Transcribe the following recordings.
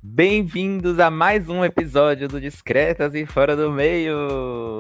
Bem-vindos a mais um episódio do Discretas e Fora do Meio!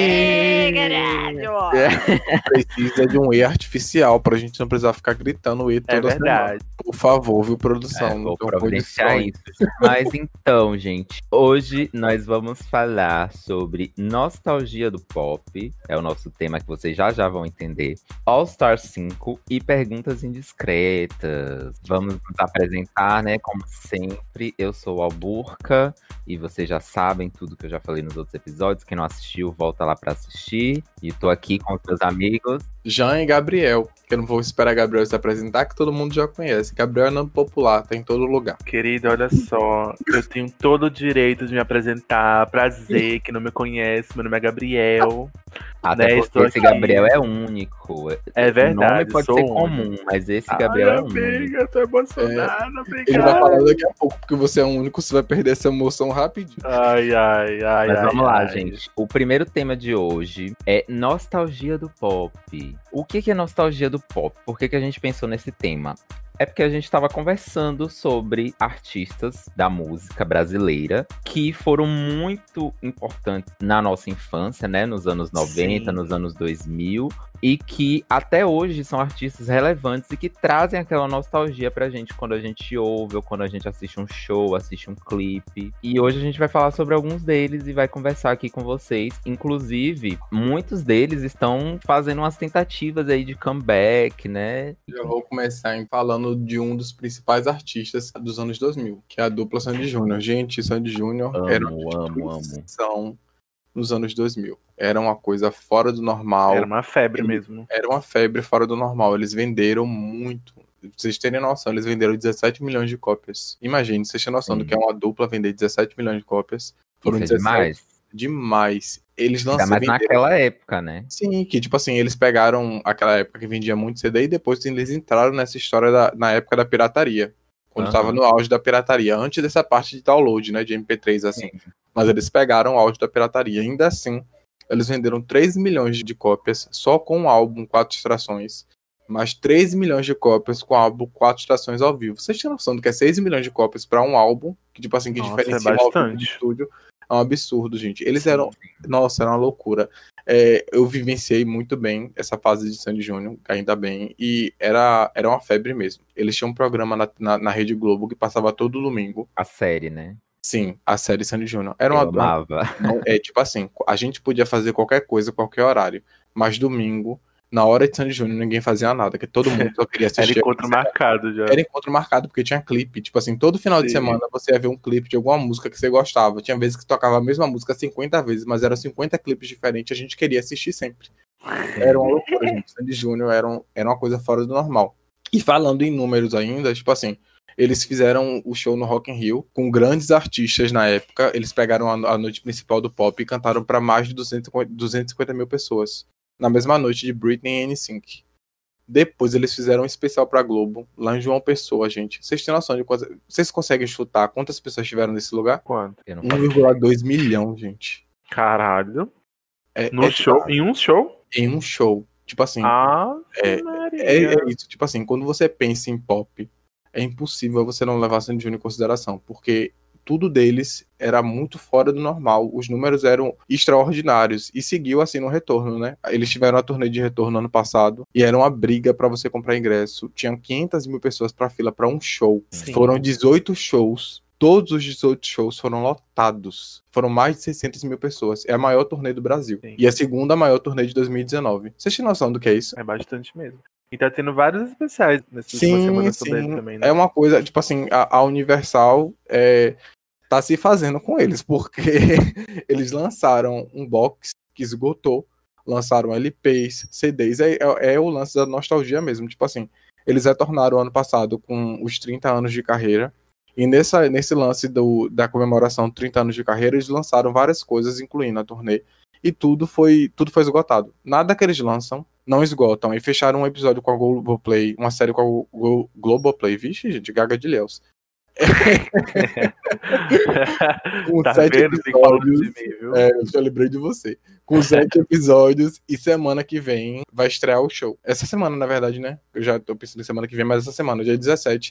Precisa de um E artificial pra gente não precisar ficar gritando o E toda semana. Por favor, viu, produção? Vou providenciar isso. Mas então, gente, hoje nós vamos falar sobre nostalgia do pop. É o nosso tema que vocês já vão entender. All Star 5 e perguntas indiscretas. Vamos nos apresentar, né? Como sempre, eu sou o Alburca e vocês já sabem tudo que eu já falei nos outros episódios. Quem não assistiu, volta lá pra assistir. E tô aqui com os meus amigos. Jean e Gabriel, que eu não vou esperar Gabriel se apresentar, que todo mundo já conhece. Gabriel é nome popular, tá em todo lugar. Querido, olha só, eu tenho todo o direito de me apresentar. Prazer, que não me conhece, meu nome é Gabriel. Até porque esse Gabriel é único. É verdade. O nome pode ser comum, mas esse Gabriel é único. Amiga, eu tô emocionado, obrigado. Ele vai falar daqui a pouco, porque você é o único, você vai perder essa emoção rapidinho. Mas vamos lá, gente. O primeiro tema de hoje é nostalgia do pop. O que é nostalgia do pop? Por que a gente pensou nesse tema? É porque a gente estava conversando sobre artistas da música brasileira que foram muito importantes na nossa infância, né? Nos anos 90, nos anos 2000. E que até hoje são artistas relevantes e que trazem aquela nostalgia pra gente quando a gente ouve ou quando a gente assiste um show, assiste um clipe. E hoje a gente vai falar sobre alguns deles e vai conversar aqui com vocês. Inclusive, muitos deles estão fazendo umas tentativas aí de comeback, né? Eu vou começar falando de um dos principais artistas dos anos 2000, que é a dupla Sandy Júnior. Gente, Sandy Júnior era uma instituição nos anos 2000. Era uma coisa fora do normal. Era uma febre mesmo. Era uma febre fora do normal. Eles venderam muito. Pra vocês terem noção, eles venderam 17 milhões de cópias. Imagine, vocês têm noção do que é uma dupla vender 17 milhões de cópias. Foram 17. Demais. Eles lançaram. Mas naquela época, né? Sim, que tipo assim, eles pegaram aquela época que vendia muito CD e depois eles entraram nessa história na época da pirataria. Quando tava no auge da pirataria. Antes dessa parte de download, né? De MP3, assim. Sim. Mas eles pegaram o auge da pirataria. Ainda assim, eles venderam 3 milhões de cópias só com o álbum 4 Estações. Mais 3 milhões de cópias com o álbum 4 Estações ao vivo. Vocês têm noção do que é 6 milhões de cópias pra um álbum? Que tipo assim, que diferencia o álbum de estúdio. É um absurdo, gente. Eles eram... Nossa, era uma loucura. Eu vivenciei muito bem essa fase de Sandy Júnior, ainda bem. E era uma febre mesmo. Eles tinham um programa na Rede Globo que passava todo domingo. A série, né? Sim, a série Sandy Júnior. Eu amava. Tipo assim, a gente podia fazer qualquer coisa, qualquer horário. Mas domingo, na hora de Sandy Júnior, ninguém fazia nada, porque todo mundo só queria assistir. Era encontro marcado já. Era encontro marcado, porque tinha clipe. Tipo assim, todo final de semana você ia ver um clipe de alguma música que você gostava. Tinha vezes que tocava a mesma música 50 vezes, mas eram 50 clipes diferentes, a gente queria assistir sempre. Era uma loucura, gente. Sandy Júnior era uma coisa fora do normal. E falando em números ainda, tipo assim, eles fizeram o show no Rock in Rio com grandes artistas na época. Eles pegaram a noite principal do pop e cantaram para mais de 250 mil pessoas. Na mesma noite de Britney e NSYNC. Depois eles fizeram um especial pra Globo, lá em João Pessoa, gente. Vocês têm noção de quantas... Vocês conseguem chutar quantas pessoas estiveram nesse lugar? Quanto? 1,2 milhão, gente. Caralho. No show? Em um show? Em um show. Tipo assim... É isso. Tipo assim, quando você pensa em pop, é impossível você não levar Sandy Júnior em consideração, porque tudo deles era muito fora do normal, os números eram extraordinários, e seguiu assim no retorno, né? Eles tiveram a turnê de retorno ano passado, e era uma briga pra você comprar ingresso, tinham 500 mil pessoas pra fila pra um show. Sim. Foram 18 shows, todos os 18 shows foram lotados, foram mais de 600 mil pessoas, é a maior turnê do Brasil, sim, e a segunda maior turnê de 2019. Vocês têm noção do que é isso? É bastante mesmo. E tá tendo vários especiais nessas semanas sobre ele também, né? É uma coisa, tipo assim, a Universal tá se fazendo com eles, porque eles lançaram um box que esgotou, lançaram LPs, CDs, é o lance da nostalgia mesmo, tipo assim, eles retornaram ano passado com os 30 anos de carreira, e nesse lance da comemoração de 30 anos de carreira, eles lançaram várias coisas, incluindo a turnê, e tudo foi esgotado. Nada que eles lançam não esgotam. E fecharam um episódio com a Globoplay, uma série com a Globoplay. Vixe, gente, gaga de Léus. Com tá 7 vendo? episódios. De mim, viu? Eu já lembrei de você. Com 7 episódios, e semana que vem vai estrear o show. Essa semana, na verdade, né? Eu já tô pensando em semana que vem, mas essa semana, dia 17,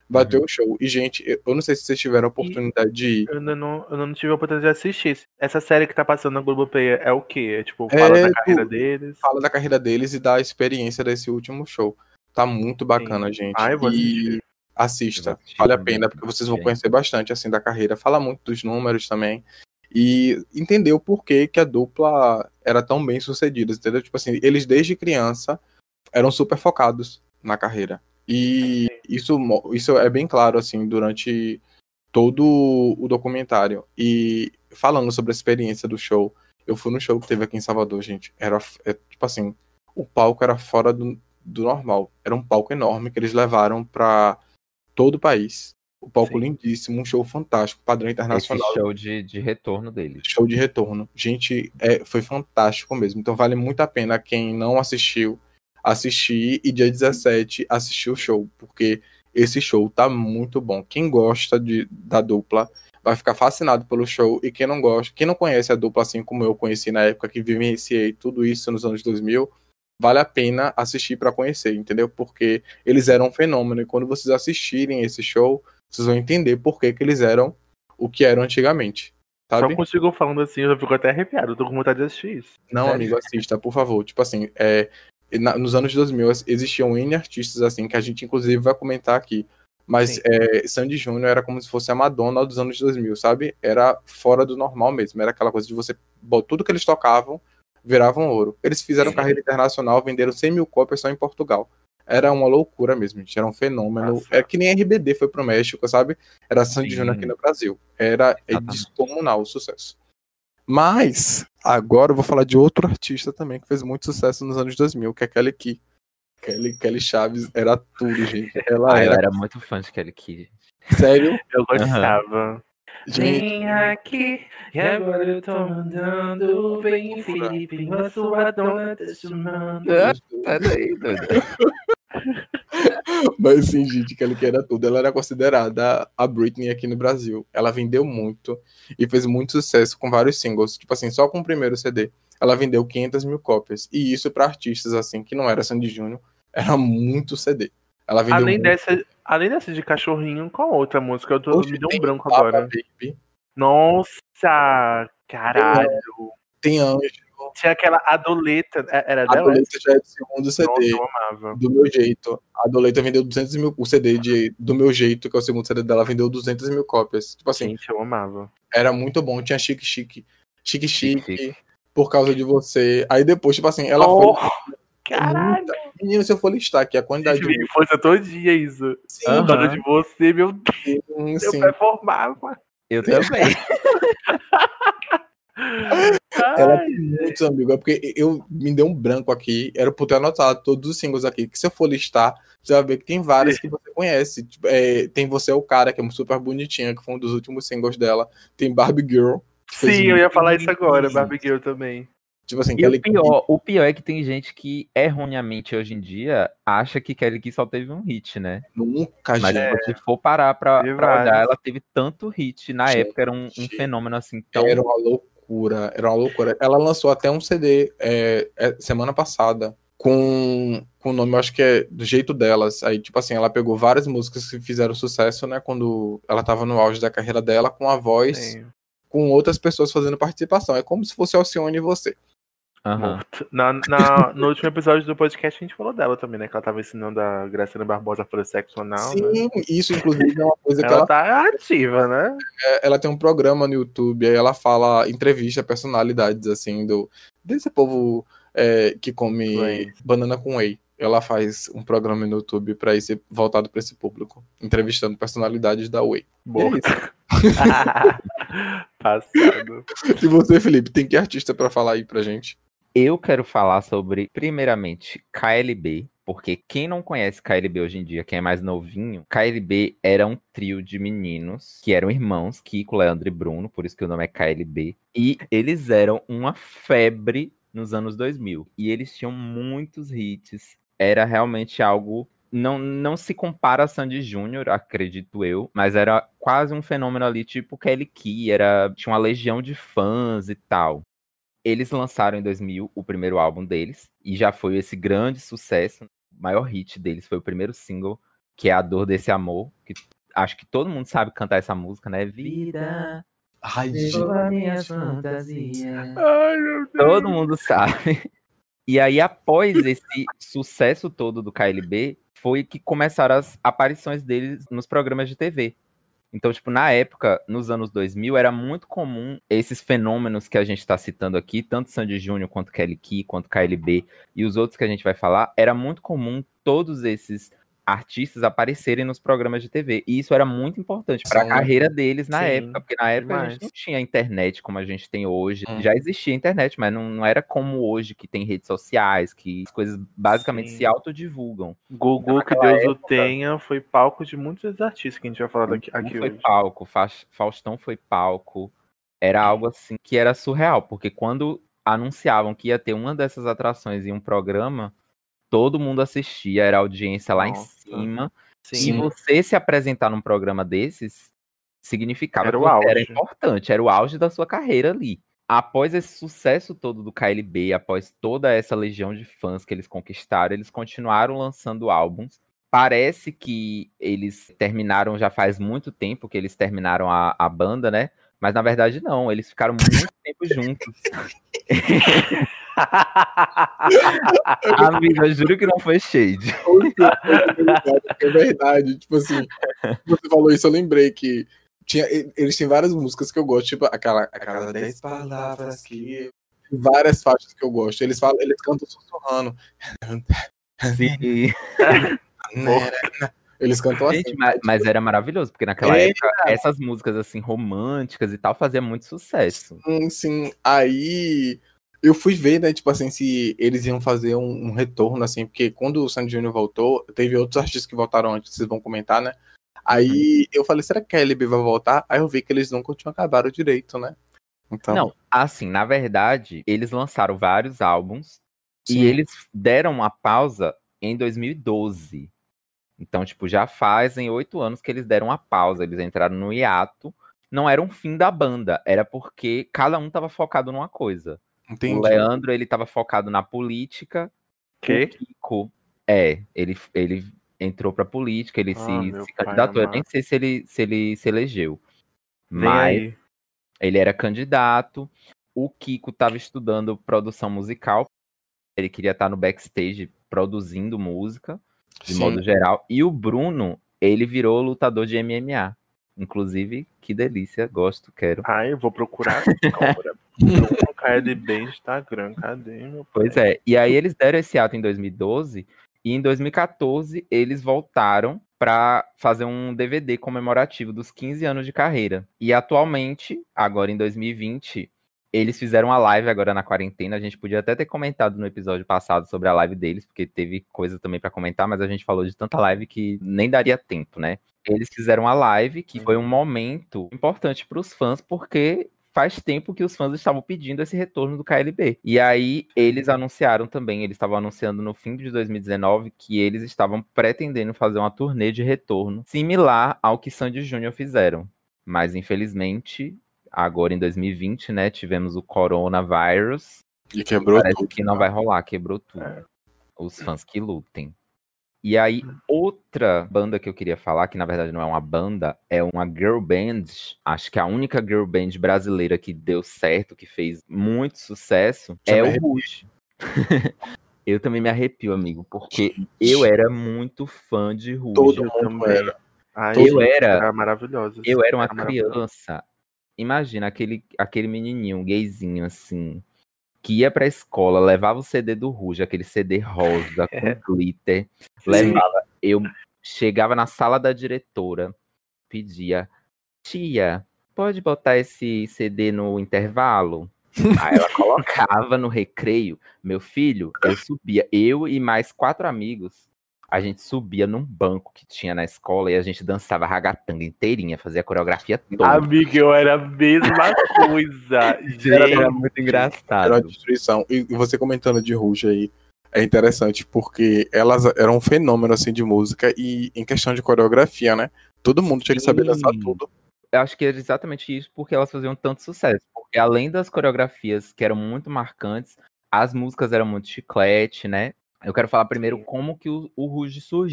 vai ter o show. E, gente, eu não sei se vocês tiveram a oportunidade de ir. Eu ainda não tive a oportunidade de assistir. Essa série que tá passando na Globoplay é o quê? É tipo, fala da carreira deles? Fala da carreira deles e da experiência desse último show. Tá muito bacana, gente. Eu vou assistir. Assista, vale a pena, porque vocês vão conhecer bastante, assim, da carreira. Fala muito dos números também. E entender o porquê que a dupla era tão bem sucedida, entendeu? Tipo assim, eles desde criança eram super focados na carreira. E isso é bem claro, assim, durante todo o documentário. E falando sobre a experiência do show, eu fui no show que teve aqui em Salvador, gente. Tipo assim, o palco era fora do normal. Era um palco enorme que eles levaram pra todo o país. O palco lindíssimo, um show fantástico, padrão internacional. Esse show de retorno deles. Show de retorno. Gente, foi fantástico mesmo. Então vale muito a pena quem não assistiu, assistir e dia 17 assistir o show, porque esse show tá muito bom. Quem gosta da dupla vai ficar fascinado pelo show, e quem não gosta, quem não conhece a dupla assim como eu conheci na época que vivenciei tudo isso nos anos 2000, vale a pena assistir para conhecer, entendeu? Porque eles eram um fenômeno, e quando vocês assistirem esse show, vocês vão entender por que eles eram o que eram antigamente. Sabe? Só consigo falando assim, eu fico até arrepiado, eu tô com vontade de assistir isso. Não, sério? Amigo, assista, por favor. Tipo assim, nos anos 2000 existiam N artistas assim, que a gente inclusive vai comentar aqui. Mas Sandy Júnior era como se fosse a Madonna dos anos 2000, sabe? Era fora do normal mesmo. Era aquela coisa de você... Tudo que eles tocavam viravam ouro. Eles fizeram carreira internacional, venderam 100 mil cópias só em Portugal. Era uma loucura mesmo, gente. Era um fenômeno. Nossa. É que nem RBD foi pro México, sabe? Era Sandy Júnior aqui no Brasil. Era descomunal o sucesso. Mas, agora eu vou falar de outro artista também que fez muito sucesso nos anos 2000, que é Kelly Key. Kelly Chaves era tudo, gente. Eu era muito fã de Kelly Key. Sério? Eu gostava. Gente. Vem aqui, e agora eu tô mandando. Vem, Felipe, a sua dona tá chamando. Tá daí, doido. Mas sim, gente, Kelly Key era tudo. Ela era considerada a Britney aqui no Brasil. Ela vendeu muito e fez muito sucesso com vários singles. Tipo assim, só com o primeiro CD, ela vendeu 500 mil cópias. E isso pra artistas assim, que não era Sandy Júnior, era muito CD. Ela vendeu além dessa de cachorrinho, qual outra música? Me deu um branco agora. Baby. Nossa, caralho. Tem Anjo. Tinha aquela Adoleta, era dela? Adoleta já é do segundo CD. Nossa, eu amava. Do Meu Jeito. A Adoleta vendeu 200 mil. O CD Do Meu Jeito, que é o segundo CD dela, vendeu 200 mil cópias. Tipo assim. Gente, eu amava. Era muito bom. Tinha Chique, Por Causa de Você. Aí depois, tipo assim, ela foi. Caralho! Menino, se eu for listar aqui a quantidade de força todo dia isso. Sim, por causa de você, meu Deus. Eu performava. Eu também. Ela tem muitos amigos, porque me deu um branco aqui, era por ter anotado todos os singles aqui, que se eu for listar, você vai ver que tem várias que você conhece. Tipo, tem Você é o Cara, que é super bonitinha, que foi um dos últimos singles dela. Tem Barbie Girl. Sim, eu ia falar isso agora, Barbie Girl também. Tipo assim, e o pior é que tem gente que erroneamente hoje em dia acha que Kelly Key só teve um hit, né? Nunca, mas se for parar pra olhar, ela teve tanto hit. Na época era um fenômeno assim tão... Era uma loucura. Ela lançou até um CD semana passada com o nome, eu acho que é Do Jeito Delas. Aí, tipo assim, ela pegou várias músicas que fizeram sucesso, né? Quando ela tava no auge da carreira dela, com a voz, Sim. com outras pessoas fazendo participação. É como se fosse Alcione e você. Uhum. No último episódio do podcast a gente falou dela também, né? Que ela tava ensinando a Graciana Barbosa a fazer sexo anal. Sim, né? Isso inclusive é uma coisa que ela tá ativa, né? Ela tem um programa no YouTube, aí ela entrevista personalidades assim desse povo que come banana com whey. Ela faz um programa no YouTube pra ir voltado pra esse público, entrevistando personalidades da whey. Boa. Passado. E você, Felipe, tem que artista pra falar aí pra gente? Eu quero falar sobre, primeiramente, KLB, porque quem não conhece KLB hoje em dia, quem é mais novinho, KLB era um trio de meninos que eram irmãos, Kiko, Leandro e Bruno, por isso que o nome é KLB, e eles eram uma febre nos anos 2000, e eles tinham muitos hits, era realmente algo... Não se compara a Sandy Júnior, acredito eu, mas era quase um fenômeno ali, tipo Kelly Key, tinha uma legião de fãs e tal. Eles lançaram em 2000 o primeiro álbum deles, e já foi esse grande sucesso. O maior hit deles foi o primeiro single, que é A Dor Desse Amor, que acho que todo mundo sabe cantar essa música, né? Vida, Ai, as minhas fantasias. Ai, meu Deus. Todo mundo sabe. E aí, após esse sucesso todo do KLB, foi que começaram as aparições deles nos programas de TV. Então, tipo, na época, nos anos 2000, era muito comum esses fenômenos que a gente está citando aqui, tanto Sandy Júnior, quanto Kelly Key, quanto KLB e os outros que a gente vai falar, era muito comum todos esses artistas aparecerem nos programas de TV. E isso era muito importante para a carreira deles na época, porque na época a gente não tinha internet como a gente tem hoje. Já existia internet, mas não era como hoje, que tem redes sociais, que as coisas basicamente se autodivulgam. Gugu, então, que Deus o tenha, foi palco de muitos artistas que a gente vai falar aqui foi hoje. Palco, Faustão foi palco. Era algo assim que era surreal, porque quando anunciavam que ia ter uma dessas atrações em um programa, todo mundo assistia, era audiência lá em cima. Sim. E você se apresentar num programa desses significava que você era importante, era o auge da sua carreira ali. Após esse sucesso todo do KLB, após toda essa legião de fãs que eles conquistaram, eles continuaram lançando álbuns. Parece que eles terminaram já faz muito tempo que eles terminaram a banda, né? Mas na verdade não, eles ficaram muito tempo juntos. Amiga, eu juro que não foi shade. É verdade, tipo assim, você falou isso, eu lembrei que eles têm várias músicas que eu gosto, tipo aquela 10 palavras que... Várias faixas que eu gosto, eles cantam sussurrando. Sim. Eles cantam gente, assim. mas era maravilhoso, porque naquela época, essas músicas assim, românticas e tal, faziam muito sucesso. Sim. Aí eu fui ver, né, tipo assim, se eles iam fazer um retorno, assim, porque quando o Sandy Júnior voltou, teve outros artistas que voltaram antes, vocês vão comentar, né? Aí eu falei, será que a KLB vai voltar? Aí eu vi que eles nunca tinham acabado direito, né? Então... Não, assim, na verdade, eles lançaram vários álbuns e eles deram uma pausa em 2012. Então, tipo, já fazem 8 anos que eles deram uma pausa, eles entraram no hiato. Não era um fim da banda, era porque cada um tava focado numa coisa. Entendi. O Leandro, ele tava focado na política. O Kiko, ele entrou pra política, ele se candidatou. Eu nem sei se ele se elegeu. Mas ele era candidato. O Kiko tava estudando produção musical. Ele queria estar no backstage produzindo música, de modo geral. E o Bruno, ele virou lutador de MMA. Inclusive, que delícia, gosto, quero. Ai, eu vou procurar agora. Bruno KLB Instagram, cadê meu pai? Pois é, e aí eles deram esse ato em 2012, e em 2014 eles voltaram para fazer um DVD comemorativo dos 15 anos de carreira. E atualmente, agora em 2020, eles fizeram uma live agora na quarentena. A gente podia até ter comentado no episódio passado sobre a live deles, porque teve coisa também para comentar, mas a gente falou de tanta live que nem daria tempo, né? Eles fizeram uma live que foi um momento importante para os fãs, porque faz tempo que os fãs estavam pedindo esse retorno do KLB. E aí, eles anunciaram também, eles estavam anunciando no fim de 2019 que eles estavam pretendendo fazer uma turnê de retorno similar ao que Sandy Júnior fizeram. Mas, infelizmente, agora em 2020, né, tivemos o coronavírus. E quebrou parece tudo. que não vai rolar, quebrou tudo. Os fãs que lutem. E aí, outra banda que eu queria falar, que na verdade não é uma banda, é uma girl band. Acho que a única girl band brasileira que deu certo, que fez muito sucesso, é o Ruge. Eu também me arrepio, amigo, porque eu era muito fã de Ruge. Todo mundo era. Eu era maravilhoso. Eu era uma criança. Imagina aquele menininho, gayzinho, assim, que ia pra escola, levava o CD do Ruge, aquele CD rosa, com glitter, levava. Eu chegava na sala da diretora, pedia, tia, pode botar esse CD no intervalo? Aí ela colocava no recreio. Meu filho, eu subia, eu e mais 4 amigos, a gente subia num banco que tinha na escola e a gente dançava ragatanga inteirinha, fazia a coreografia toda. Amiga, eu era a mesma coisa. Era muito engraçado. Era uma destruição. E você comentando de Ruge aí, é interessante porque elas eram um fenômeno assim de música e em questão de coreografia, né? Todo mundo tinha que saber dançar tudo. Eu acho que era exatamente isso porque elas faziam tanto sucesso. Porque além das coreografias que eram muito marcantes, as músicas eram muito chiclete, né? Eu quero falar primeiro como que o Ruge surgiu.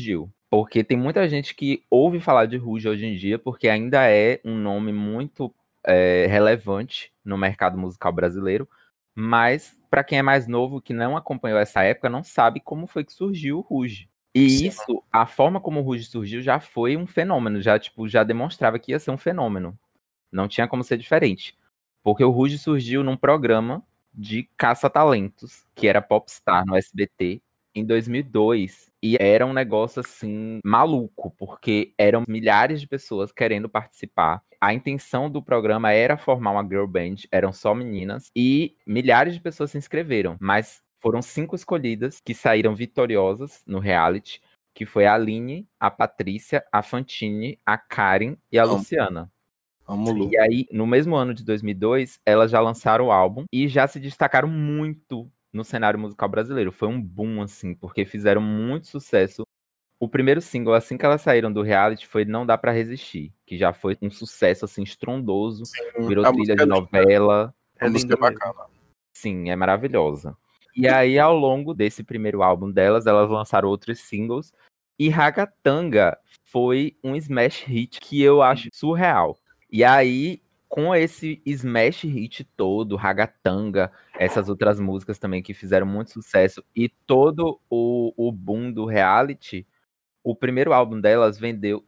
Porque tem muita gente que ouve falar de Ruge hoje em dia, porque ainda é um nome muito relevante no mercado musical brasileiro. Mas, para quem é mais novo, que não acompanhou essa época, não sabe como foi que surgiu o Ruge. E Sim. isso, a forma como o Ruge surgiu já foi um fenômeno, já demonstrava que ia ser um fenômeno. Não tinha como ser diferente. Porque o Ruge surgiu num programa de caça-talentos, que era Popstar no SBT, em 2002. E era um negócio assim maluco, porque eram milhares de pessoas querendo participar. A intenção do programa era formar uma girl band, eram só meninas, e milhares de pessoas se inscreveram, mas foram 5 escolhidas que saíram vitoriosas no reality, que foi a Aline, a Patrícia, a Fantine, a Karen e a Luciana. Amo E aí, no mesmo ano de 2002, elas já lançaram o álbum e já se destacaram muito no cenário musical brasileiro. Foi um boom, assim, porque fizeram muito sucesso. O primeiro single, assim que elas saíram do reality, foi Não Dá Pra Resistir, que já foi um sucesso, assim, estrondoso. Virou A trilha música de é linda. novela. A música é bacana. Sim, é maravilhosa. E aí, ao longo desse primeiro álbum delas, elas lançaram outros singles. E Ragatanga foi um smash hit que eu acho surreal. E aí, com esse smash hit todo, Ragatanga, essas outras músicas também que fizeram muito sucesso, e todo o boom do reality, o primeiro álbum delas vendeu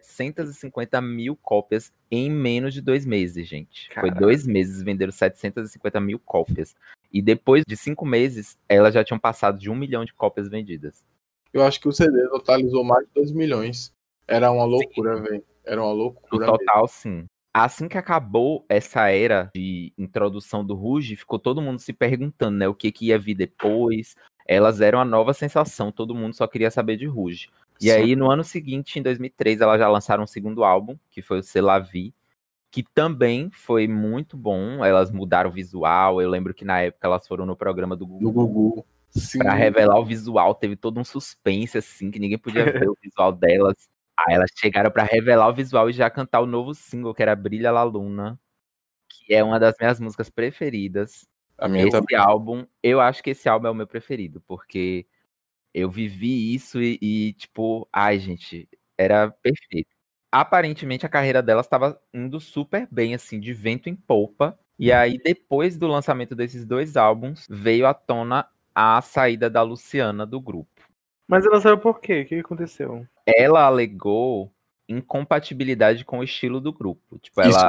750 mil cópias em menos de 2 meses, gente. Foi Caraca. 2 meses, venderam 750 mil cópias. E depois de 5 meses, elas já tinham passado de 1 milhão de cópias vendidas. Eu acho que o CD totalizou mais de 2 milhões. Era uma loucura, velho. Era uma No loucura total, sim. Assim que acabou essa era de introdução do Ruge, ficou todo mundo se perguntando, né, o que ia vir depois. Elas eram a nova sensação, todo mundo só queria saber de Ruge. E aí, no ano seguinte, em 2003, elas já lançaram um segundo álbum, que foi o C'est La Vie, que também foi muito bom. Elas mudaram o visual. Eu lembro que na época elas foram no programa do Do Gugu Gugu. Sim. pra revelar o visual. Teve todo um suspense, assim, que ninguém podia ver o visual delas. Aí elas chegaram pra revelar o visual e já cantar o novo single, que era Brilha La Luna, que é uma das minhas músicas preferidas. A minha também. Esse álbum, eu acho que esse álbum é o meu preferido, porque eu vivi isso tipo, ai, gente, era perfeito. Aparentemente a carreira delas estava indo super bem, assim, de vento em popa. E aí, depois do lançamento desses 2 álbuns, veio à tona a saída da Luciana do grupo. Mas ela saiu por quê? O que aconteceu? Ela alegou incompatibilidade com o estilo do grupo. Tipo, Isso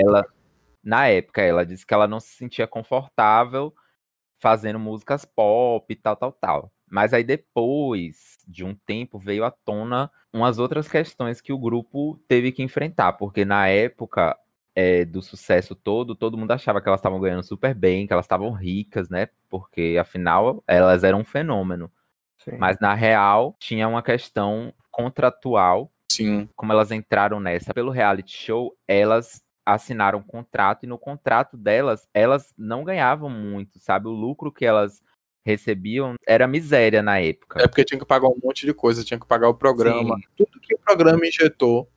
na época, ela disse que ela não se sentia confortável fazendo músicas pop e tal, tal, tal. Mas aí depois de um tempo veio à tona umas outras questões que o grupo teve que enfrentar, porque na época do sucesso todo mundo achava que elas estavam ganhando super bem, que elas estavam ricas, né? Porque afinal elas eram um fenômeno. Sim. Mas na real tinha uma questão contratual. Sim. Como elas entraram nessa pelo reality show, elas assinaram um contrato e no contrato delas, elas não ganhavam muito, sabe? O lucro que elas recebiam era miséria na época. É porque tinha que pagar um monte de coisa, tinha que pagar o programa. Sim. Tudo que o programa injetou,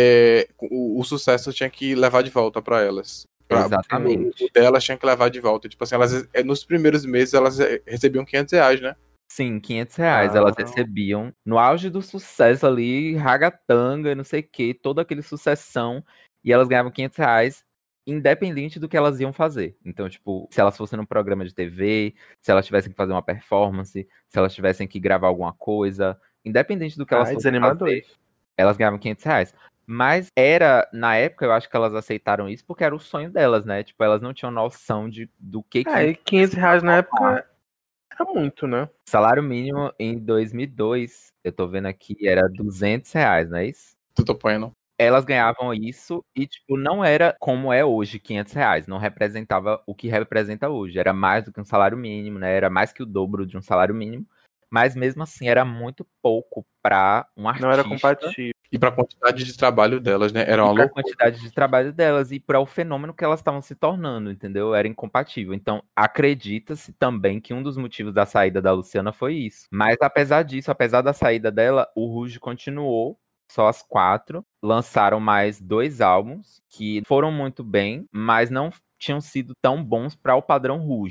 o sucesso tinha que levar de volta para elas. Exatamente. O delas tinha que levar de volta. Tipo assim, elas, nos primeiros meses elas recebiam R$500, né? Sim, R$500 elas recebiam. No auge do sucesso ali, ragatanga, não sei o que, todo aquele sucessão. E elas ganhavam R$500, independente do que elas iam fazer. Então, tipo, se elas fossem num programa de TV, se elas tivessem que fazer uma performance, se elas tivessem que gravar alguma coisa, independente do que elas fossem fazer, elas ganhavam R$500. Mas na época, eu acho que elas aceitaram isso porque era o sonho delas, né? Tipo, elas não tinham noção do que e R$500 na época era muito, né? Salário mínimo em 2002, eu tô vendo aqui, era R$200, não é isso? Tu tô pondo. Elas ganhavam isso e, tipo, não era como é hoje, R$500. Não representava o que representa hoje. Era mais do que um salário mínimo, né? Era mais que o dobro de um salário mínimo. Mas mesmo assim, era muito pouco pra um artista. Não era compatível. E pra quantidade de trabalho delas, né? Era uma loucura. Pra quantidade de trabalho delas e para o fenômeno que elas estavam se tornando, entendeu? Era incompatível. Então, acredita-se também que um dos motivos da saída da Luciana foi isso. Mas apesar disso, apesar da saída dela, o Ruge continuou. Só as 4 lançaram mais 2 álbuns que foram muito bem, mas não tinham sido tão bons para o padrão Ruge.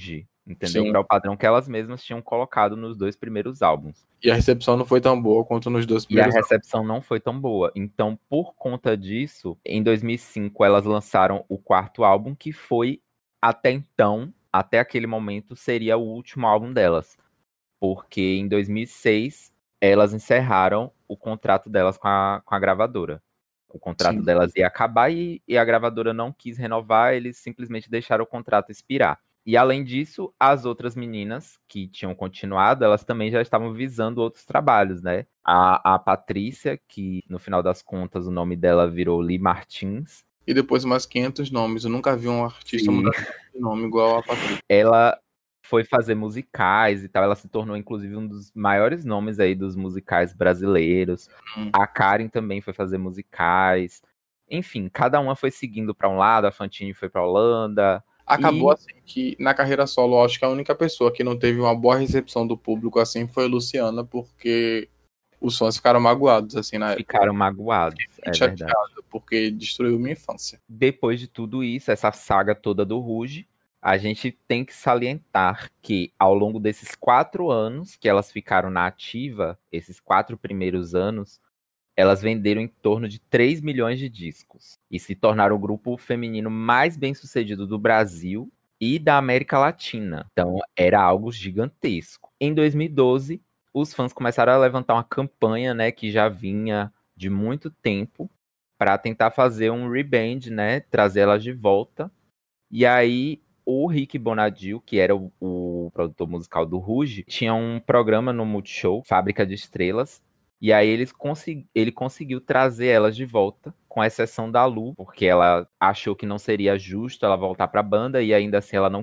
entendeu? Sim. Para o padrão que elas mesmas tinham colocado nos 2 primeiros álbuns. E a recepção não foi tão boa quanto nos 2 E a primeiros recepção não foi tão boa. Então, por conta disso, em 2005 elas lançaram o 4º álbum, que foi, até então, até aquele momento, seria o último álbum delas. Porque em 2006 elas encerraram o contrato delas com a gravadora. O contrato Sim. delas ia acabar e a gravadora não quis renovar, eles simplesmente deixaram o contrato expirar. E além disso, as outras meninas que tinham continuado, elas também já estavam visando outros trabalhos, né? A Patrícia, que no final das contas o nome dela virou Lee Martins. E depois mais 500 nomes. Eu nunca vi um artista mudar de nome igual a Patrícia. Ela foi fazer musicais e tal. Ela se tornou, inclusive, um dos maiores nomes aí dos musicais brasileiros. A Karen também foi fazer musicais. Enfim, cada uma foi seguindo para um lado. A Fantine foi para Holanda. Acabou assim que na carreira solo, eu acho que a única pessoa que não teve uma boa recepção do público assim foi a Luciana, porque os fãs ficaram magoados assim na época. Ficaram magoados, é verdade. Porque destruiu minha infância. Depois de tudo isso, essa saga toda do Rouge, a gente tem que salientar que ao longo desses 4 anos que elas ficaram na ativa, esses 4 primeiros anos, elas venderam em torno de 3 milhões de discos e se tornaram o grupo feminino mais bem-sucedido do Brasil e da América Latina. Então, era algo gigantesco. Em 2012, os fãs começaram a levantar uma campanha, né, que já vinha de muito tempo, para tentar fazer um reband, né, trazer elas de volta. E aí, o Rick Bonadio, que era o produtor musical do Rouge, tinha um programa no Multishow, Fábrica de Estrelas, e aí ele conseguiu trazer elas de volta, com exceção da Lu, porque ela achou que não seria justo ela voltar para a banda, e ainda assim ela não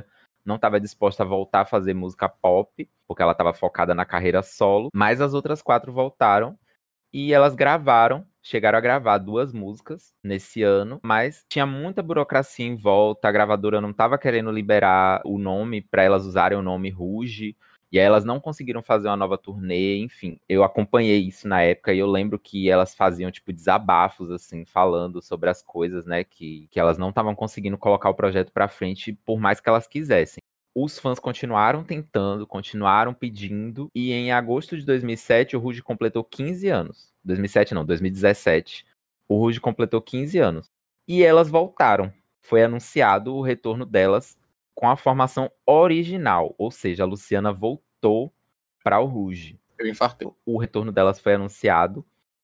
estava disposta a voltar a fazer música pop, porque ela estava focada na carreira solo, mas as outras 4 voltaram, e elas chegaram a gravar 2 músicas nesse ano, mas tinha muita burocracia em volta, a gravadora não estava querendo liberar o nome para elas usarem o nome Rouge, e aí elas não conseguiram fazer uma nova turnê, enfim. Eu acompanhei isso na época e eu lembro que elas faziam, tipo, desabafos, assim, falando sobre as coisas, né, que elas não estavam conseguindo colocar o projeto para frente, por mais que elas quisessem. Os fãs continuaram tentando, continuaram pedindo, e em agosto de 2007 o Rouge completou 15 anos. 2007 não, 2017. O Rouge completou 15 anos. E elas voltaram. Foi anunciado o retorno delas com a formação original, ou seja, a Luciana voltou para o Rouge. Eu infartei. O retorno delas foi anunciado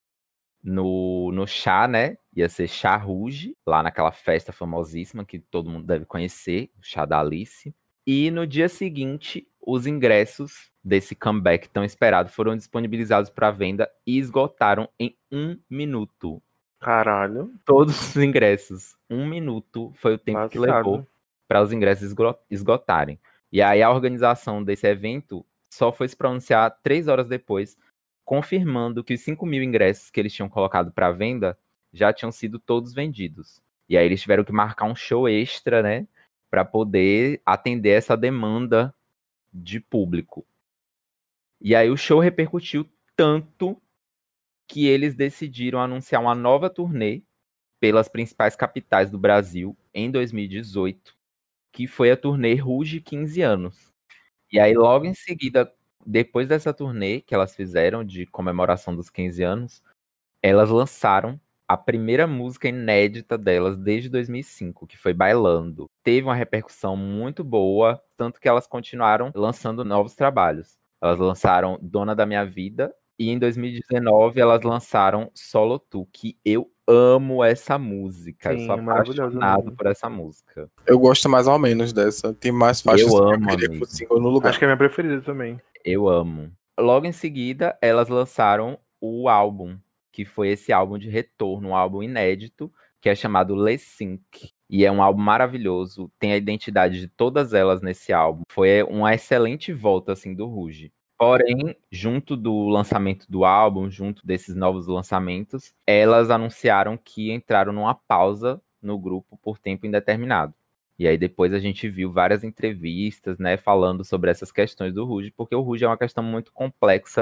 no Chá, né? Ia ser Chá Rouge, lá naquela festa famosíssima que todo mundo deve conhecer, o Chá da Alice. E no dia seguinte, os ingressos desse comeback tão esperado foram disponibilizados para venda e esgotaram em 1 minuto. Caralho. Todos os ingressos. 1 minuto foi o tempo que levou para os ingressos esgotarem. E aí a organização desse evento só foi se pronunciar 3 horas depois, confirmando que os 5.000 ingressos que eles tinham colocado para venda já tinham sido todos vendidos. E aí eles tiveram que marcar um show extra, né, para poder atender essa demanda de público. E aí o show repercutiu tanto que eles decidiram anunciar uma nova turnê pelas principais capitais do Brasil em 2018, que foi a turnê Rouge 15 anos. E aí logo em seguida, depois dessa turnê que elas fizeram de comemoração dos 15 anos, elas lançaram a primeira música inédita delas desde 2005, que foi Bailando. Teve uma repercussão muito boa, tanto que elas continuaram lançando novos trabalhos. Elas lançaram Dona da Minha Vida e em 2019 elas lançaram Solo Tu, que eu amo essa música. Sim, eu sou apaixonado por essa música. Eu gosto mais ou menos dessa. Tem mais faixas eu que amo, eu queria que fosse no lugar. Acho que é a minha preferida também. Eu amo. Logo em seguida, elas lançaram o álbum, que foi esse álbum de retorno, um álbum inédito, que é chamado Le Sync. E é um álbum maravilhoso, tem a identidade de todas elas nesse álbum. Foi uma excelente volta, assim, do Rouge. Porém, junto do lançamento do álbum, junto desses novos lançamentos, elas anunciaram que entraram numa pausa no grupo por tempo indeterminado. E aí depois a gente viu várias entrevistas, né, falando sobre essas questões do Rouge, porque o Rouge é uma questão muito complexa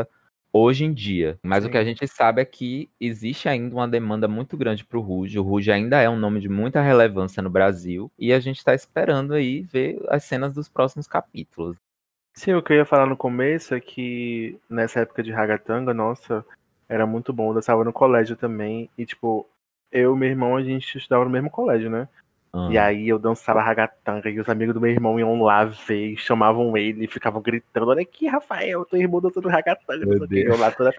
hoje em dia. Mas o que a gente sabe é que existe ainda uma demanda muito grande pro Rouge. O Rouge ainda é um nome de muita relevância no Brasil. E a gente tá esperando aí ver as cenas dos próximos capítulos. Sim, o que eu ia falar no começo é que nessa época de ragatanga, nossa, era muito bom. Eu dançava no colégio também. E, tipo, eu e meu irmão, a gente estudava no mesmo colégio, né? E aí eu dançava ragatanga e os amigos do meu irmão iam lá ver, chamavam ele e ficavam gritando: olha aqui, Rafael, teu irmão dançando ragatanga. Meu Deus. Eu lá toda.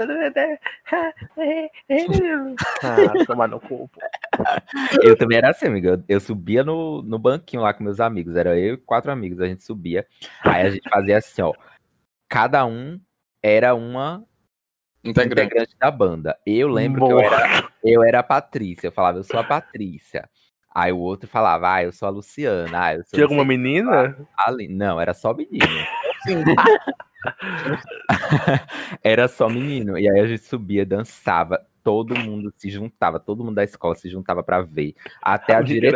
Tomar no corpo. Eu também era assim, amiga. Eu subia no banquinho lá com meus amigos. Era eu e 4 amigos. A gente subia. Aí a gente fazia assim, ó. Cada um era uma integrante da banda. Eu lembro que eu era a Patrícia. Eu falava, eu sou a Patrícia. Aí o outro falava, eu sou a Luciana. Eu sou Tinha alguma menina? Não, era só menino. Era só menino. E aí a gente subia, dançava. Todo mundo se juntava, todo mundo da escola se juntava pra ver. Até a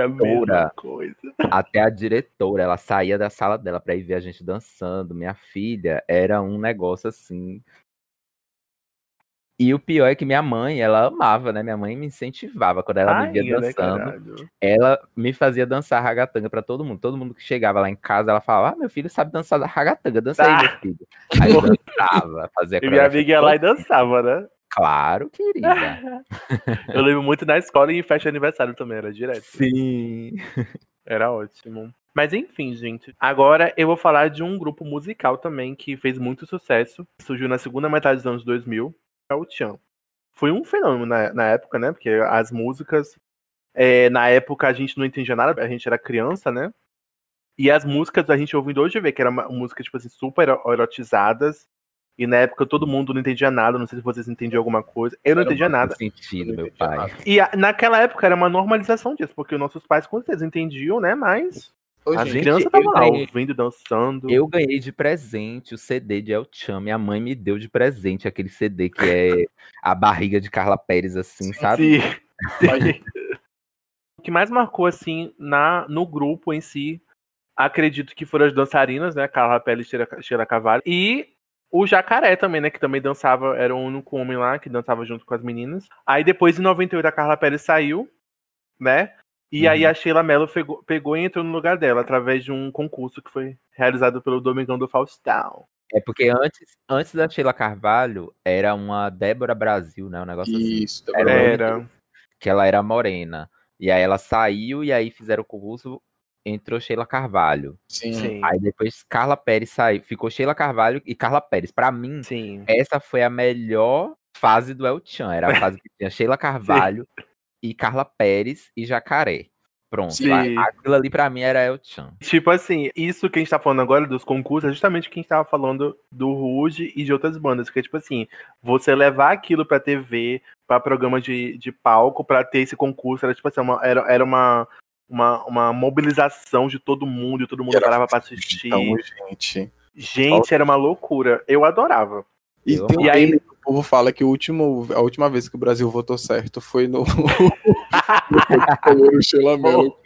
diretora, ela saía da sala dela pra ir ver a gente dançando. Minha filha, era um negócio assim. E o pior é que minha mãe, ela amava, né? Minha mãe me incentivava quando ela me via dançando. Ela me fazia dançar ragatanga pra todo mundo. Todo mundo que chegava lá em casa, ela falava, meu filho sabe dançar ragatanga, dança aí, meu filho. Aí eu dançava, fazia E minha amiga ia lá e dançava, né? Claro, querida. Eu lembro muito na escola e em festa de aniversário também, era direto. Sim. Era ótimo. Mas enfim, gente. Agora eu vou falar de um grupo musical também que fez muito sucesso. Surgiu na segunda metade dos anos 2000. É o Tchan. Foi um fenômeno na época, né? Porque as músicas... na época a gente não entendia nada. A gente era criança, né? E as músicas a gente ouvindo hoje vê que eram músicas, tipo assim, super erotizadas. E na época todo mundo não entendia nada. Não sei se vocês entendiam alguma coisa. Eu não entendia nada. Sentido, meu pai. E naquela época era uma normalização disso. Porque os nossos pais com certeza entendiam, né? Mas as crianças estavam lá ouvindo, dançando. Eu ganhei de presente o CD de El Chan. Minha mãe me deu de presente aquele CD que é a barriga de Carla Pérez, assim, sabe? Sim. O que mais marcou, assim, no grupo em si, acredito que foram as dançarinas, né? Carla Pérez e Sheila Carvalho. E o Jacaré também, né? Que também dançava, era o único homem lá que dançava junto com as meninas. Aí depois, em 98, a Carla Pérez saiu, né? E aí a Sheila Mello pegou e entrou no lugar dela, através de um concurso que foi realizado pelo Domingão do Faustão. É porque antes da Sheila Carvalho, era uma Débora Brasil, né? Um negócio Isso, assim. Era. Que ela era morena. E aí ela saiu e aí fizeram o concurso, entrou Sheila Carvalho. Sim. Aí depois Carla Pérez saiu. Ficou Sheila Carvalho e Carla Pérez. Pra mim, essa foi a melhor fase do El Chan. Era a fase que tinha Sheila Carvalho e Carla Pérez e Jacaré. Pronto. Aquilo ali pra mim era El Chan. Tipo assim, isso que a gente tá falando agora dos concursos é justamente o que a gente tava falando do Rouge e de outras bandas. Que é tipo assim, você levar aquilo pra TV, pra programa de palco, pra ter esse concurso, era tipo assim, era uma mobilização de todo mundo parava pra assistir. Então, gente, era uma loucura. Eu adorava. E aí o povo fala que a última vez que o Brasil votou certo foi no Sheila Mello.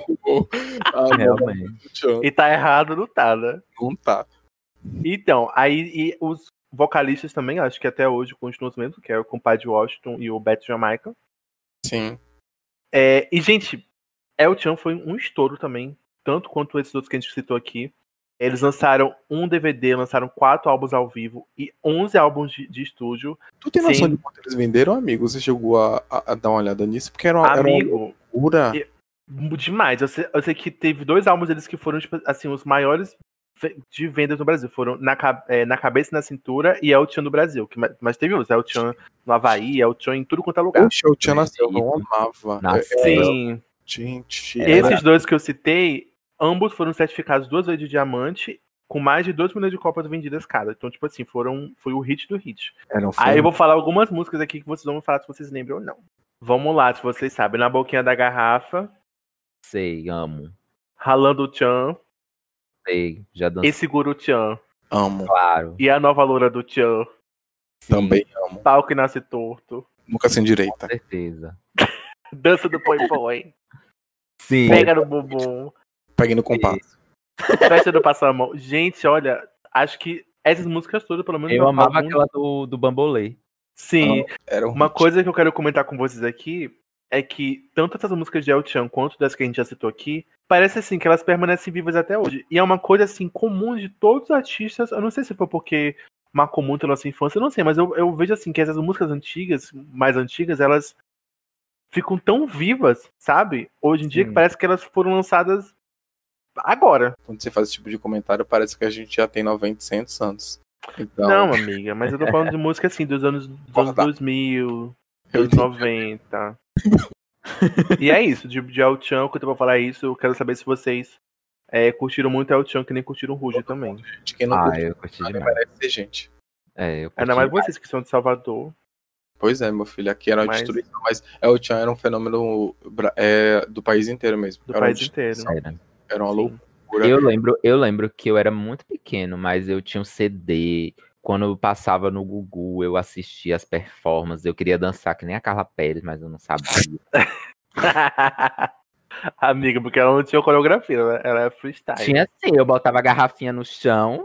E tá errado, não tá, né? Não tá. Então, aí os vocalistas também, acho que até hoje continuam os mesmos, que é o compadre Washington e o Beto Jamaica. Sim. E, gente, El Chan foi um estouro também, tanto quanto esses outros que a gente citou aqui. Eles lançaram um DVD, lançaram 4 álbuns ao vivo e 11 álbuns de estúdio. Tu tem noção de quanto eles venderam, amigo? Você chegou a dar uma olhada nisso? Porque era uma loucura. Demais. Eu sei que teve 2 álbuns deles que foram, tipo, assim, os maiores de vendas no Brasil. Foram Na Cabeça e na Cintura e El Chan no Brasil. Mas teve outros. El Chan no Havaí, El Chan em tudo quanto é lugar. Poxa, El Chan nasceu, eu amava. Sim. Gente. Esses 2 que eu citei, ambos foram certificados 2 vezes de diamante, com mais de 2 milhões de cópias vendidas cada. Então, tipo assim, foi o hit do hit. Aí eu vou falar algumas músicas aqui que vocês vão falar se vocês lembram ou não. Vamos lá, se vocês sabem. Na Boquinha da Garrafa. Sei, amo. Ralando o Tchan. Sei, já dancei. Esse Guru Tchan. Amo. Claro. E a Nova Loura do Tchan. Também amo. Pau que nasce torto. Nunca sem direita. Com certeza. Dança do Poi Poi. Sim. Pega no bumbum. Peguei no compasso. Festa do Passamão. Gente, olha, acho que essas músicas todas, pelo menos Eu amava aquela do Bambolê. Sim. Era Uma coisa que eu quero comentar com vocês aqui é que tanto essas músicas de El-chan quanto das que a gente já citou aqui, parece assim que elas permanecem vivas até hoje. E é uma coisa assim comum de todos os artistas. Eu não sei se foi porque marcou muito a nossa infância, eu não sei, mas eu vejo assim que essas músicas antigas, mais antigas, elas ficam tão vivas, sabe? Hoje em dia que parece que elas foram lançadas agora. Quando você faz esse tipo de comentário, parece que a gente já tem 900 anos. Então... Não, amiga, mas eu tô falando de música assim, dos anos 2000, anos 90. E é isso, de El-chan, que eu tô pra falar isso, eu quero saber se vocês curtiram muito El-chan, que nem curtiram o Ruge também. Quem não eu curti demais. Merece ser gente. Eu curti ainda mais vocês que são de Salvador. Pois é, meu filho, aqui era uma destruição, mas El-chan era um fenômeno do país inteiro mesmo. Do país inteiro. Era uma loucura. Eu lembro que eu era muito pequeno, mas eu tinha um CD. Quando eu passava no Gugu, eu assistia as performances. Eu queria dançar que nem a Carla Pérez, mas eu não sabia. Amiga, porque ela não tinha coreografia, né? Ela é freestyle. Tinha sim, eu botava a garrafinha no chão.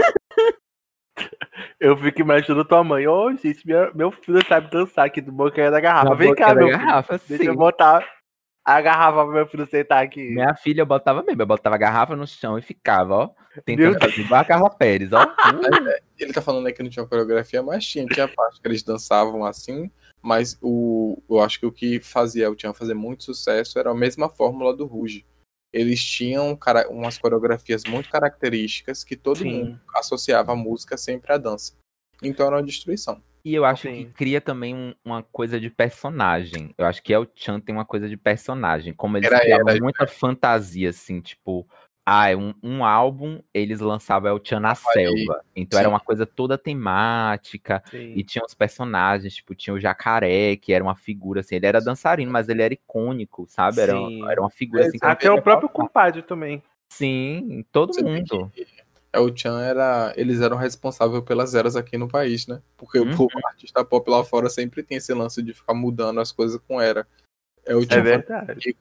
Eu fico imaginando tua mãe. Ô, gente, meu filho sabe dançar aqui do boquinha da garrafa. Vem cá, meu filho. Deixa eu botar a garrafa pro meu filho sentar aqui. Minha filha, eu botava mesmo. Eu botava a garrafa no chão e ficava, ó. Tentando fazer igual a Carla Pérez, ó. Ele tá falando aí que não tinha coreografia, mas tinha parte que eles dançavam assim. Mas eu acho que o que fazia El-chan fazer muito sucesso era a mesma fórmula do Ruge. Eles tinham umas coreografias muito características que todo mundo associava a música sempre à dança. Então era uma destruição. E eu acho que cria também uma coisa de personagem. Eu acho que El-chan tem uma coisa de personagem. Como eles criavam muita fantasia, assim, tipo... um álbum, eles lançavam El-chan na selva. Então era uma coisa toda temática. E tinha os personagens, tipo, tinha o Jacaré, que era uma figura, assim. Ele era dançarino, mas ele era icônico, sabe? Era uma figura, assim... Até o próprio compadre também. Sim, todo mundo. El-chan eles eram responsáveis pelas eras aqui no país, né? Porque o artista pop lá fora sempre tem esse lance de ficar mudando as coisas com era. El-chan é verdade.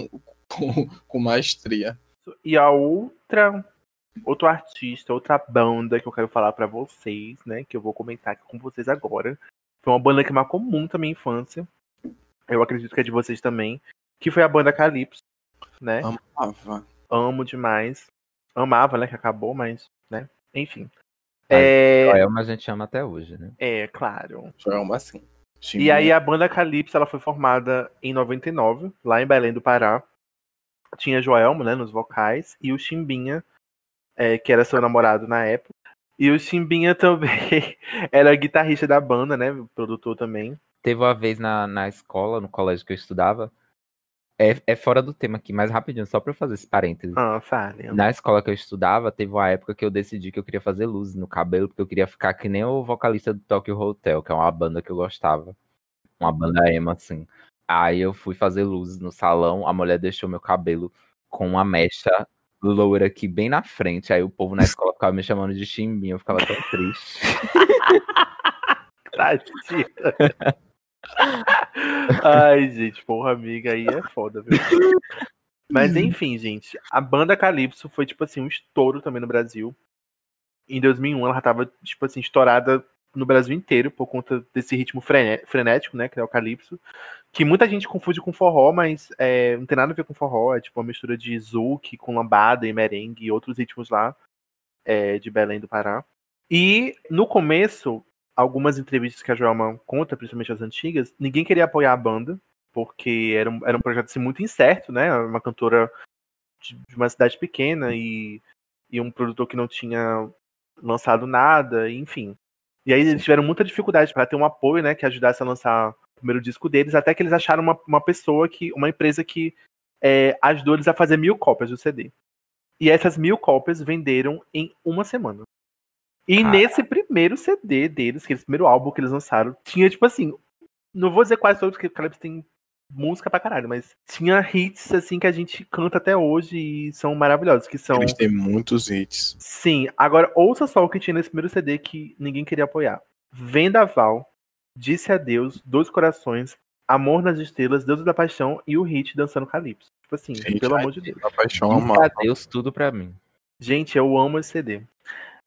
Com maestria. E a outro artista, outra banda que eu quero falar pra vocês, né? Que eu vou comentar aqui com vocês agora. Foi uma banda que marcou muito a minha infância. Eu acredito que é de vocês também. Que foi a banda Calypso, né? Amava. Amo demais. Amava, né? Que acabou, mas, né? Enfim. Joelma a gente ama até hoje, né? Claro. Joelma, sim. E aí a banda Calypso, ela foi formada em 99, lá em Belém do Pará. Tinha Joelma, né, nos vocais, e o Chimbinha, que era seu namorado na época. E o Chimbinha também era guitarrista da banda, né, produtor também. Teve uma vez na escola, no colégio que eu estudava, é fora do tema aqui, mas rapidinho, só pra eu fazer esse parênteses. Fale. Na escola que eu estudava, teve uma época que eu decidi que eu queria fazer luzes no cabelo, porque eu queria ficar que nem o vocalista do Tokyo Hotel, que é uma banda que eu gostava. Uma banda emo, assim. Aí eu fui fazer luzes no salão, a mulher deixou meu cabelo com uma mecha loura aqui bem na frente. Aí o povo na escola ficava me chamando de Chimbinha, eu ficava tão triste. Ai, gente, porra, amiga, aí é foda, viu? Mas enfim, gente, a banda Calypso foi, tipo assim, um estouro também no Brasil. Em 2001 ela tava, tipo assim, estourada no Brasil inteiro por conta desse ritmo frenético, né, que é o Calypso. Que muita gente confunde com forró, mas não tem nada a ver com forró. É tipo uma mistura de zouk com lambada e merengue e outros ritmos lá de Belém do Pará. E no começo, algumas entrevistas que a Joelma conta, principalmente as antigas, ninguém queria apoiar a banda, porque era um projeto assim, muito incerto, né? Uma cantora de uma cidade pequena e um produtor que não tinha lançado nada, enfim. E aí eles tiveram muita dificuldade para ter um apoio, né, que ajudasse a lançar o primeiro disco deles, até que eles acharam uma empresa que ajudou eles a fazer 1000 cópias do CD. E essas 1000 cópias venderam em uma semana. E nesse primeiro CD deles, aquele primeiro álbum que eles lançaram, tinha, tipo assim, não vou dizer quase todos, porque o Calypso tem música pra caralho, mas tinha hits, assim, que a gente canta até hoje e são maravilhosos, que são... Eles têm muitos hits. Sim, agora ouça só o que tinha nesse primeiro CD que ninguém queria apoiar. Vendaval, Disse Adeus, Dois Corações, Amor nas Estrelas, Deus da Paixão e o hit Dançando Calypso. Tipo assim, pelo amor de Deus. A paixão Disse Adeus, tudo pra mim. Gente, eu amo esse CD.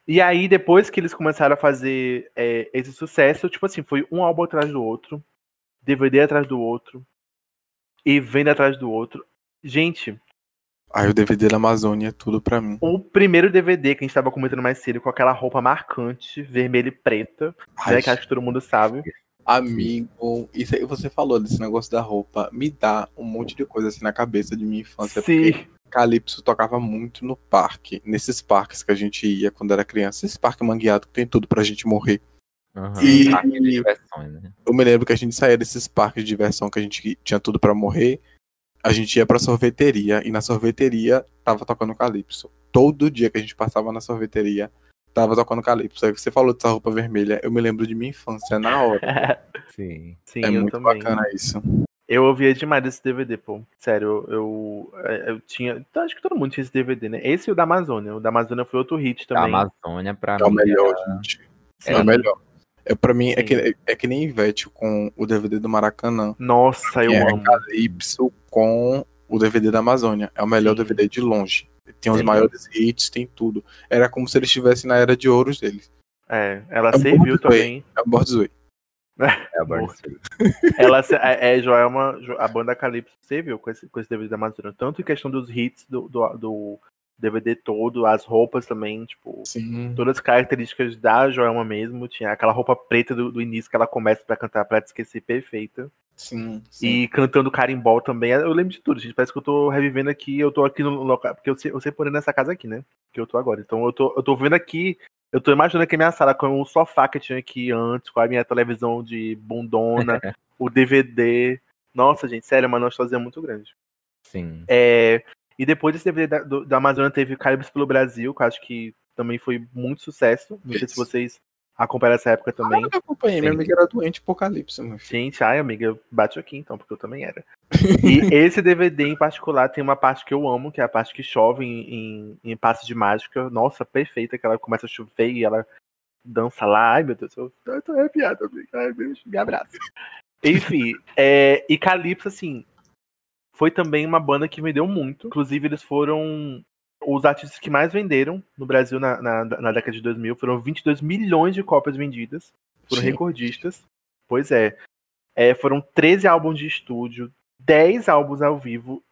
E aí, depois que eles começaram a fazer esse sucesso, tipo assim, foi um álbum atrás do outro, DVD atrás do outro, e venda atrás do outro. Gente... Aí o DVD da Amazônia é tudo pra mim. O primeiro DVD que a gente tava comentando mais cedo, com aquela roupa marcante, vermelha e preta, né, que acho que todo mundo sabe. Amigo, isso aí você falou desse negócio da roupa, me dá um monte de coisa assim na cabeça de minha infância. Sim. Porque Calypso tocava muito no parque, nesses parques que a gente ia quando era criança, esse parque mangueado que tem tudo pra gente morrer. E Parque de diversões, né? eu me lembro que a gente saía desses parques de diversão que a gente tinha tudo pra morrer, a gente ia pra sorveteria, e na sorveteria tava tocando Calypso. Todo dia que a gente passava na sorveteria, tava tocando Calypso. Aí você falou dessa roupa vermelha, eu me lembro de minha infância na hora. Sim. Sim, É eu muito também. bacana isso. Eu ouvia demais desse DVD, pô. Sério, eu tinha... Então, acho que todo mundo tinha esse DVD, né? Esse e o da Amazônia. O da Amazônia foi outro hit A também. Amazônia, pra É o mim, melhor, gente. É o melhor. Pra mim, é que nem Ivete com o DVD do Maracanã. Nossa, eu amo. Calypso com o DVD da Amazônia. É o melhor DVD de longe. Tem os maiores hits, tem tudo. Era como se eles estivessem na era de ouros deles. Ela serviu também. É o Bordzway. É a Bordzway. Joelma, a banda Calypso serviu com esse DVD da Amazônia. Tanto em questão dos hits do DVD todo, as roupas também, tipo, Sim. Todas as características da Joelma mesmo. Tinha aquela roupa preta do início que ela começa pra cantar Pra Te Esquecer, perfeita. Sim. E cantando carimbó também. Eu lembro de tudo, gente. Parece que eu tô revivendo aqui. Eu tô aqui no local. Porque eu sei por nessa casa aqui, né? Que eu tô agora. Então eu tô vendo aqui. Eu tô imaginando aqui a minha sala com o sofá que eu tinha aqui antes, com a minha televisão de bundona, o DVD. Nossa, gente, sério, é uma nostalgia muito grande. Sim. E depois desse DVD da Amazônia teve Calypso pelo Brasil, que eu acho que também foi muito sucesso. Não sei se vocês acompanharam essa época também. Eu acompanhei, minha amiga era doente por Calypso, meu filho. Gente, amiga, bate aqui então, porque eu também era. E esse DVD em particular tem uma parte que eu amo, que é a parte que chove em Passe de Mágica. Nossa, perfeita, que ela começa a chover e ela dança lá. Ai, meu Deus, eu tô arrepiado, amiga. Ai, me abraça. Enfim, e Calypso, assim, foi também uma banda que vendeu muito. Inclusive, eles foram os artistas que mais venderam no Brasil na década de 2000. Foram 22 milhões de cópias vendidas. Foram recordistas. Pois é. Foram 13 álbuns de estúdio, 10 álbuns ao vivo,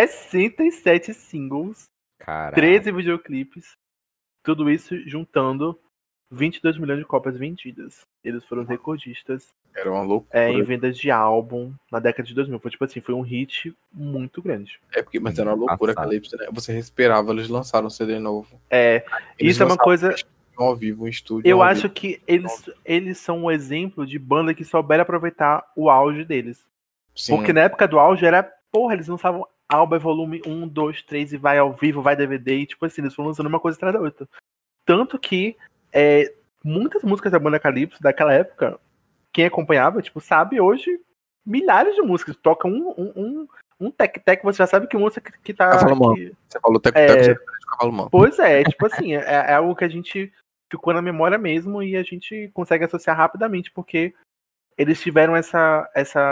67 singles, Caraca. 13 videoclipes. Tudo isso juntando 22 milhões de cópias vendidas. Eles foram recordistas. Era uma loucura. Em vendas de álbum na década de 2000. Foi tipo assim, foi um hit muito grande. Mas era uma loucura, Calypso, né? Você respirava, eles lançaram um CD novo. Isso é uma coisa... Ao vivo, em estúdio. Eu acho que eles são um exemplo de banda que souberam aproveitar o auge deles. Sim. Porque na época do auge era... Porra, eles lançavam álbum, volume 1, 2, 3 e vai ao vivo, vai DVD. E tipo assim, eles foram lançando uma coisa atrás da outra. Tanto que muitas músicas da banda Calypso daquela época... Quem acompanhava, tipo, sabe hoje milhares de músicas. Toca um tec-tec, você já sabe que música que tá... Você falou tec-tec, você Cavalo Manco. Pois é, tipo assim, é algo que a gente ficou na memória mesmo e a gente consegue associar rapidamente, porque eles tiveram essa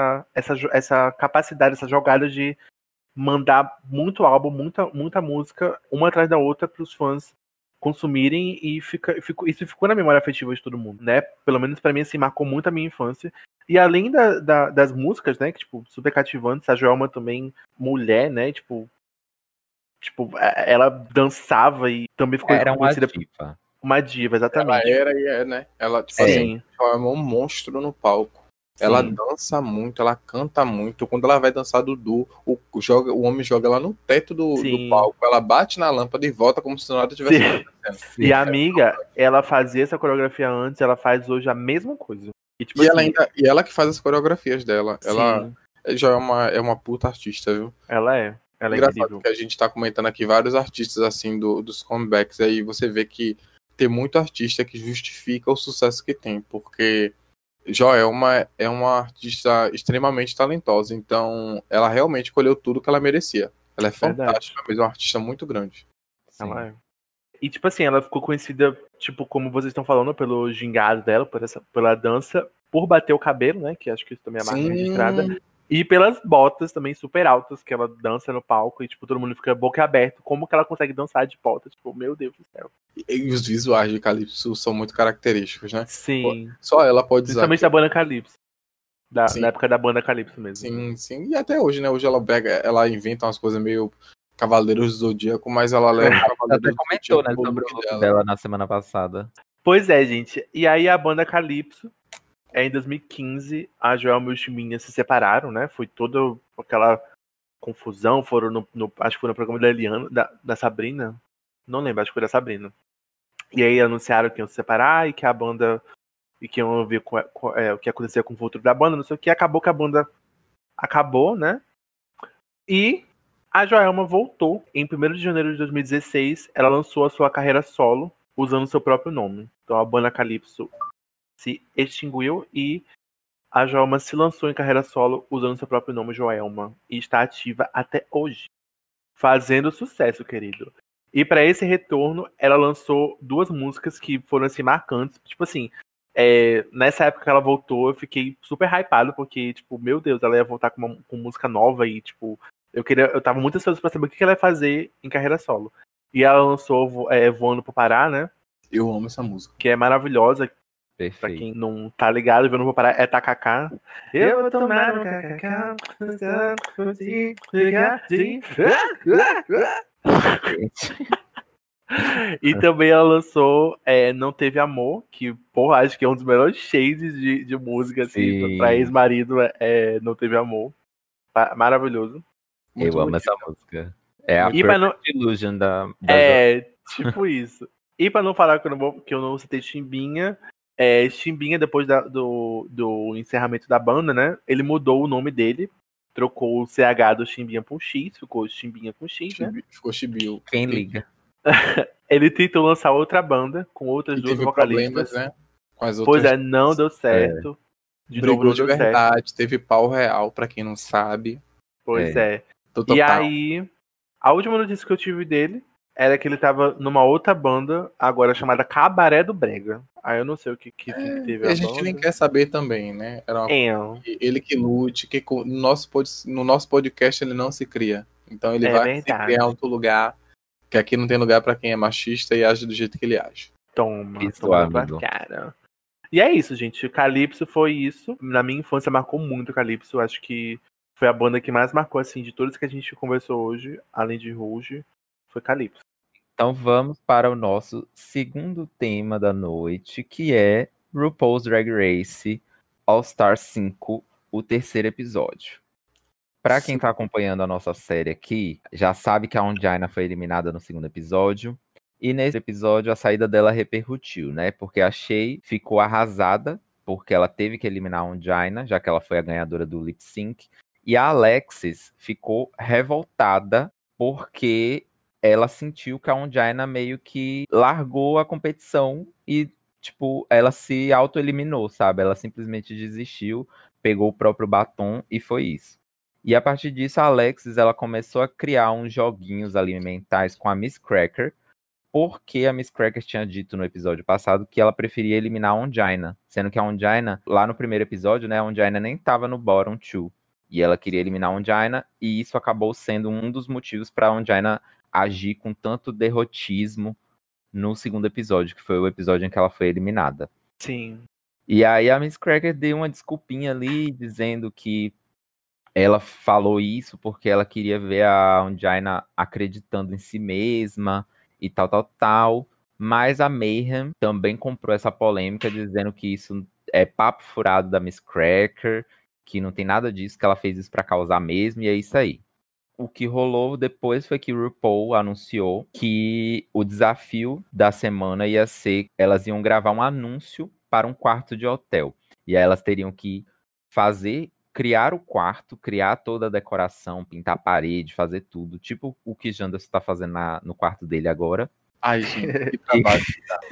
capacidade, essa jogada de mandar muito álbum, muita música, uma atrás da outra para os fãs consumirem e isso ficou na memória afetiva de todo mundo, né? Pelo menos pra mim, assim, marcou muito a minha infância. E além das músicas, né, que, tipo, super cativantes, a Joelma também, mulher, né, tipo, ela dançava e também ficou conhecida... diva. Uma diva, exatamente. Ela era e é, né? Ela, tipo assim, é um monstro no palco. Sim. Ela dança muito, ela canta muito. Quando ela vai dançar Dudu, o homem joga ela no teto do palco. Ela bate na lâmpada e volta como se nada tivesse acontecendo. E a amiga, ela fazia essa coreografia antes, ela faz hoje a mesma coisa. E, tipo assim, ela que faz as coreografias dela. Ela já é uma puta artista, viu? Ela é. Ela é engraçado incrível. Que a gente tá comentando aqui vários artistas assim dos comebacks. Aí você vê que tem muito artista que justifica o sucesso que tem, porque Joelma é uma artista extremamente talentosa, então ela realmente colheu tudo que ela merecia. Ela é fantástica, mas é uma artista muito grande. Ela é. E tipo assim, ela ficou conhecida, tipo, como vocês estão falando, pelo gingado dela, pela dança, por bater o cabelo, né, que acho que isso também é a marca registrada, E pelas botas também super altas que ela dança no palco e, tipo, todo mundo fica boca aberta. Como que ela consegue dançar de botas? Tipo, meu Deus do céu. E os visuais de Calypso são muito característicos, né? Sim. Só ela pode usar. Principalmente da banda Calypso. Na época da banda Calypso mesmo. Sim, sim. E até hoje, né? Hoje ela inventa umas coisas meio Cavaleiros do Zodíaco, mas ela leva o Cavaleiro Até comentou, né, sobre o look dela na semana passada. Pois é, gente. E aí a banda Calypso, em 2015, a Joelma e o Chimbinha se separaram, né? Foi toda aquela confusão. Foram acho que foi no programa da Eliana, da Sabrina. Não lembro, acho que foi da Sabrina. E aí anunciaram que iam se separar e que a banda. E que iam ver o que acontecia com o futuro da banda, não sei o que. Acabou que a banda acabou, né? E a Joelma voltou. Em 1º de janeiro de 2016, ela lançou a sua carreira solo, usando seu próprio nome. Então a banda Calypso se extinguiu e a Joelma se lançou em carreira solo usando seu próprio nome, Joelma. E está ativa até hoje. Fazendo sucesso, querido. E para esse retorno, ela lançou 2 músicas que foram assim marcantes. Tipo assim, nessa época que ela voltou, eu fiquei super hypado, porque, tipo, meu Deus, ela ia voltar com música nova e, tipo, eu tava muito ansioso pra saber o que ela ia fazer em carreira solo. E ela lançou Voando pro Pará, né? Eu amo essa música. Que é maravilhosa. Perfeito. Pra quem não tá ligado, Voando pro Pará é tacacá. Eu vou tomar um cacacá. E também ela lançou Não Teve Amor, que, porra, acho que é um dos melhores shades de música, assim, pra ex-marido, Não Teve Amor. Maravilhoso. Muito eu amo essa música. É a Illusion da tipo isso. E pra não falar que eu não citei Chimbinha, Chimbinha, depois do encerramento da banda, né, ele mudou o nome dele, trocou o CH do Chimbinha por X, ficou Chimbinha com X, né? Ficou Chibio. Quem liga? Ele tentou lançar outra banda com outras 2 vocalistas. Né? Com as outras... Pois não deu certo. De novo não deu verdade, certo. Teve pau real, pra quem não sabe. Pois é. E aí, a última notícia que eu tive dele era que ele tava numa outra banda, agora chamada Cabaré do Brega. Aí eu não sei o que teve a gente nem quer saber também, né? Era ele que lute, que no nosso podcast ele não se cria. Então ele vai se criar em outro lugar, que aqui não tem lugar pra quem é machista e age do jeito que ele age. Toma pra cara. E é isso, gente. Calypso foi isso. Na minha infância marcou muito Calypso. Acho que foi a banda que mais marcou, assim, de todas que a gente conversou hoje, além de Rouge, foi Calypso. Então vamos para o nosso segundo tema da noite, que é RuPaul's Drag Race All Star 5, o 3º episódio. Para quem tá acompanhando a nossa série aqui, já sabe que a Ongina foi eliminada no 2º episódio. E nesse episódio a saída dela repercutiu, né? Porque a Shea ficou arrasada, porque ela teve que eliminar a Ongina, já que ela foi a ganhadora do lip sync. E a Alexis ficou revoltada, porque ela sentiu que a Ongina meio que largou a competição e, tipo, ela se auto-eliminou, sabe? Ela simplesmente desistiu, pegou o próprio batom e foi isso. E a partir disso, a Alexis, ela começou a criar uns joguinhos ali mentais com a Miss Cracker, porque a Miss Cracker tinha dito no episódio passado que ela preferia eliminar a Ongina, sendo que a Ongina, lá no primeiro episódio, né, a Ongina nem tava no bottom 2, e ela queria eliminar a Ongina, e isso acabou sendo um dos motivos para a Ongina agir com tanto derrotismo no 2º episódio, que foi o episódio em que ela foi eliminada. Sim. E aí a Miss Cracker deu uma desculpinha ali, dizendo que ela falou isso porque ela queria ver a Ongina acreditando em si mesma e tal. Mas a Mayhem também comprou essa polêmica, dizendo que isso é papo furado da Miss Cracker, que não tem nada disso, que ela fez isso pra causar mesmo, e é isso aí. O que rolou depois foi que o RuPaul anunciou que o desafio da semana ia ser, elas iam gravar um anúncio para um quarto de hotel. E aí elas teriam que criar o quarto, criar toda a decoração, pintar a parede, fazer tudo. Tipo o que Janderson está fazendo no quarto dele agora. Ai, gente, que trabalho.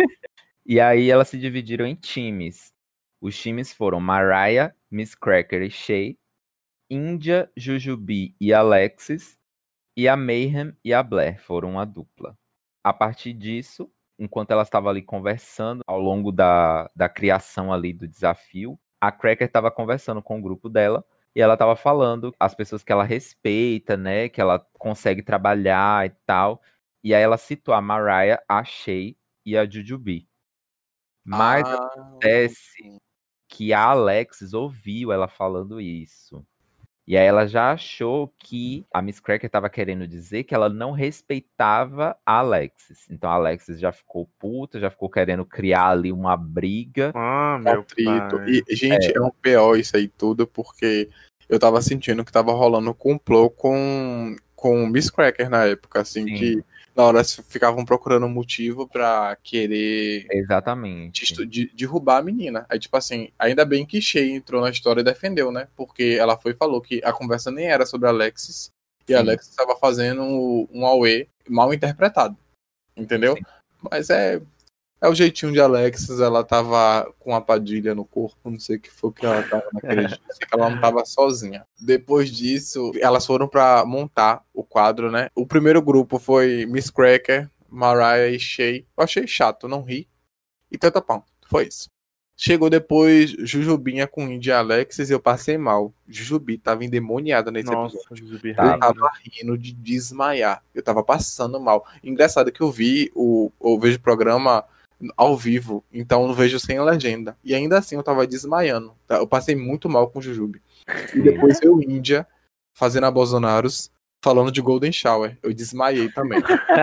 E aí elas se dividiram em times. Os times foram Mariah, Miss Cracker e Shea, Índia, Jujubee e Alexis, e a Mayhem e a Blair foram uma dupla. A partir disso, enquanto elas estavam ali conversando ao longo da criação ali do desafio, a Cracker estava conversando com o grupo dela, E ela tava falando as pessoas que ela respeita, né? Que ela consegue trabalhar e tal. E aí ela citou a Mariah, a Shea e a Jujubee. Mas acontece que a Alexis ouviu ela falando isso. E aí ela já achou que a Miss Cracker estava querendo dizer que ela não respeitava a Alexis. Então a Alexis já ficou puta, já ficou querendo criar ali uma briga. Meu atrito. pai. E, gente, é um pior isso aí tudo, porque eu tava sentindo que tava rolando um complô com Miss Cracker na época, assim, Sim. que na hora ficavam procurando um motivo pra querer Exatamente. derrubar a menina. Aí, tipo assim, ainda bem que Shea entrou na história e defendeu, né? Porque ela foi e falou que a conversa nem era sobre a Alexis, e a Alexis estava fazendo um auê mal interpretado. Entendeu? Sim. Mas é o jeitinho de Alexis, ela tava com a Padilha no corpo, não sei o que foi que ela tava naquele dia, sei que ela não tava sozinha. Depois disso, elas foram pra montar o quadro, né? O primeiro grupo foi Miss Cracker, Mariah e Shea. Eu achei chato, não ri. E tanta pão, foi isso. Chegou depois Jujubinha com Indy e Alexis e eu passei mal. Jujubi tava endemoniada nesse episódio. Jujubi eu tava rindo de desmaiar. Eu tava passando mal. Engraçado que eu vejo o programa ao vivo, então eu não vejo sem legenda. E ainda assim eu tava desmaiando. Eu passei muito mal com Jujubi. E depois veio Índia fazendo a Bolsonaros falando de Golden Shower. Eu desmaiei também.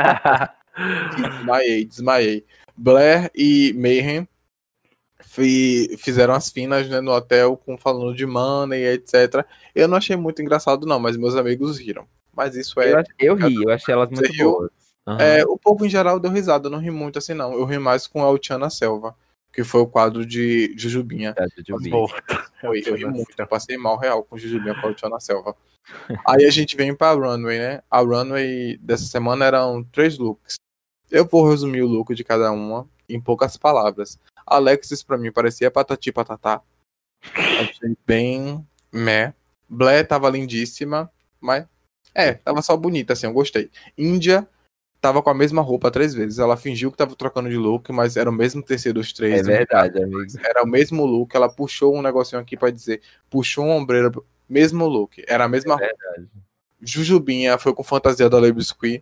Desmaiei. Blair e Mayhem fizeram as finas, né, no hotel falando de money, etc. Eu não achei muito engraçado não, mas meus amigos riram. Mas isso é... Eu ri, eu achei elas muito boas. O povo em geral deu risada, eu não ri muito assim não. Eu ri mais com a El-chan na Selva, que foi o quadro de Jujubinha. Eu ri muito, eu passei mal real com Jujubinha com a El-chan na Selva. Aí a gente vem pra Runway, né? A Runway dessa semana eram 3 looks. Eu vou resumir o look de cada uma em poucas palavras. Alexis, pra mim, parecia patati patatá. Achei bem meh. Blair tava lindíssima, mas... tava só bonita, assim, eu gostei. Índia tava com a mesma roupa 3 vezes. Ela fingiu que tava trocando de look, mas era o mesmo tecido dos 3. É verdade, amigo. Era o mesmo look. Ela puxou um negocinho aqui pra dizer... Puxou uma ombreira... Mesmo look. Era a mesma roupa. Verdade. Jujubinha foi com fantasia da Lei Biscuit.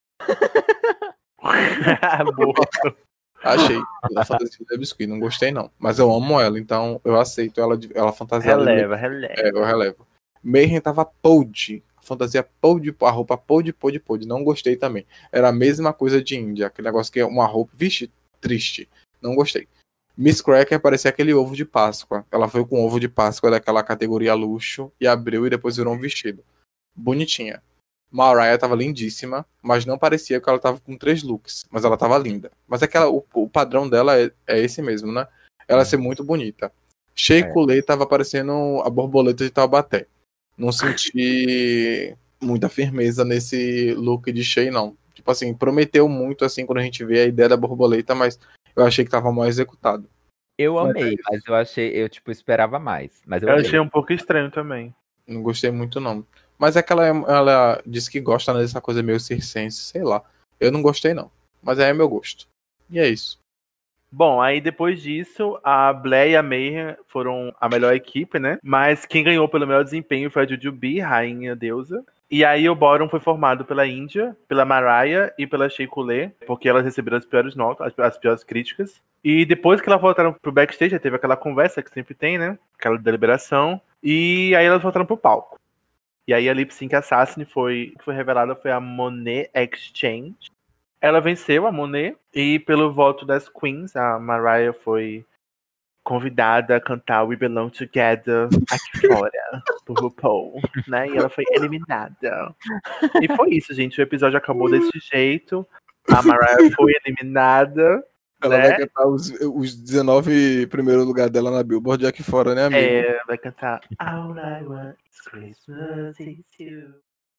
Achei a fantasia da Biscuit, não gostei não. Mas eu amo ela, então eu aceito ela fantasiada. Releva. Eu relevo. Mayhem tava pod. A fantasia pod, a roupa pod. Não gostei também. Era a mesma coisa de Índia. Aquele negócio que é uma roupa, vixe, triste. Não gostei. Miss Cracker parecia aquele ovo de Páscoa. Ela foi com ovo de Páscoa daquela categoria luxo e abriu e depois virou um vestido. Bonitinha. Mariah tava lindíssima, mas não parecia que ela tava com 3 looks. Mas ela tava linda. Mas o padrão dela é esse mesmo, né? Ela ser muito bonita. Shea Coulee tava parecendo a borboleta de Taubaté. Não senti muita firmeza nesse look de Shea, não. Tipo assim, prometeu muito, assim, quando a gente vê a ideia da borboleta, mas eu achei que tava mal executado. Eu amei, mas eu esperava mais. Mas eu achei um pouco estranho também. Não gostei muito, não. Mas é que ela disse que gosta dessa coisa meio circense, sei lá. Eu não gostei, não. Mas é meu gosto. E é isso. Bom, aí depois disso, a Blair e a Mayhem foram a melhor equipe, né? Mas quem ganhou pelo melhor desempenho foi a Jujubee, rainha deusa. E aí o Bottom foi formado pela Índia, pela Mariah e pela Shea Coulee, porque elas receberam as piores notas, as piores críticas. E depois que elas voltaram pro backstage, teve aquela conversa que sempre tem, né? Aquela deliberação. E aí elas voltaram pro palco. E aí a Lip Sync Assassin que foi revelada foi a Monet Exchange. Ela venceu a Monet e pelo voto das Queens, a Mariah foi convidada a cantar We Belong Together aqui fora, por RuPaul, né? E ela foi eliminada. E foi isso, gente. O episódio acabou desse jeito. A Mariah foi eliminada. Ela vai cantar os 19 primeiros lugares dela na Billboard aqui fora, né, amigo? Vai cantar All I Want is Christmas is You.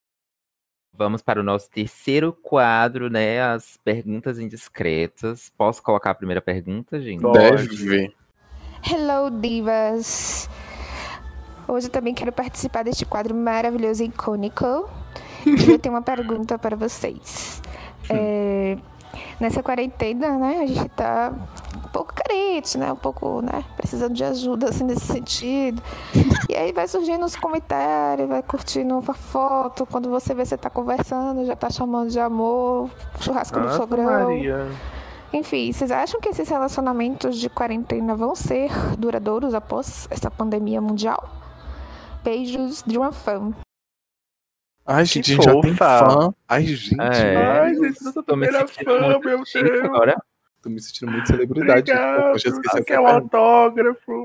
Vamos para o nosso terceiro quadro, né? As perguntas indiscretas. Posso colocar a primeira pergunta, gente? Deve. Hello, divas! Hoje eu também quero participar deste quadro maravilhoso e icônico. E eu tenho uma pergunta para vocês. nessa quarentena, né, a gente tá um pouco carente, né, um pouco, né, precisando de ajuda, assim, nesse sentido. E aí vai surgindo os comentários, vai curtindo uma foto, quando você vê você tá conversando, já tá chamando de amor, churrasco no sogrão. Maria. Enfim, vocês acham que esses relacionamentos de quarentena vão ser duradouros após essa pandemia mundial? Beijos de uma fã. Ai, gente, a gente fofa. já tem fã. Ai, gente. Ai, gente, eu sou Tô me primeira sentindo fã, muito meu chique Deus. agora. Tô me sentindo muito celebridade. Obrigado. Eu já esqueci essa Quer um pergunta. autógrafo?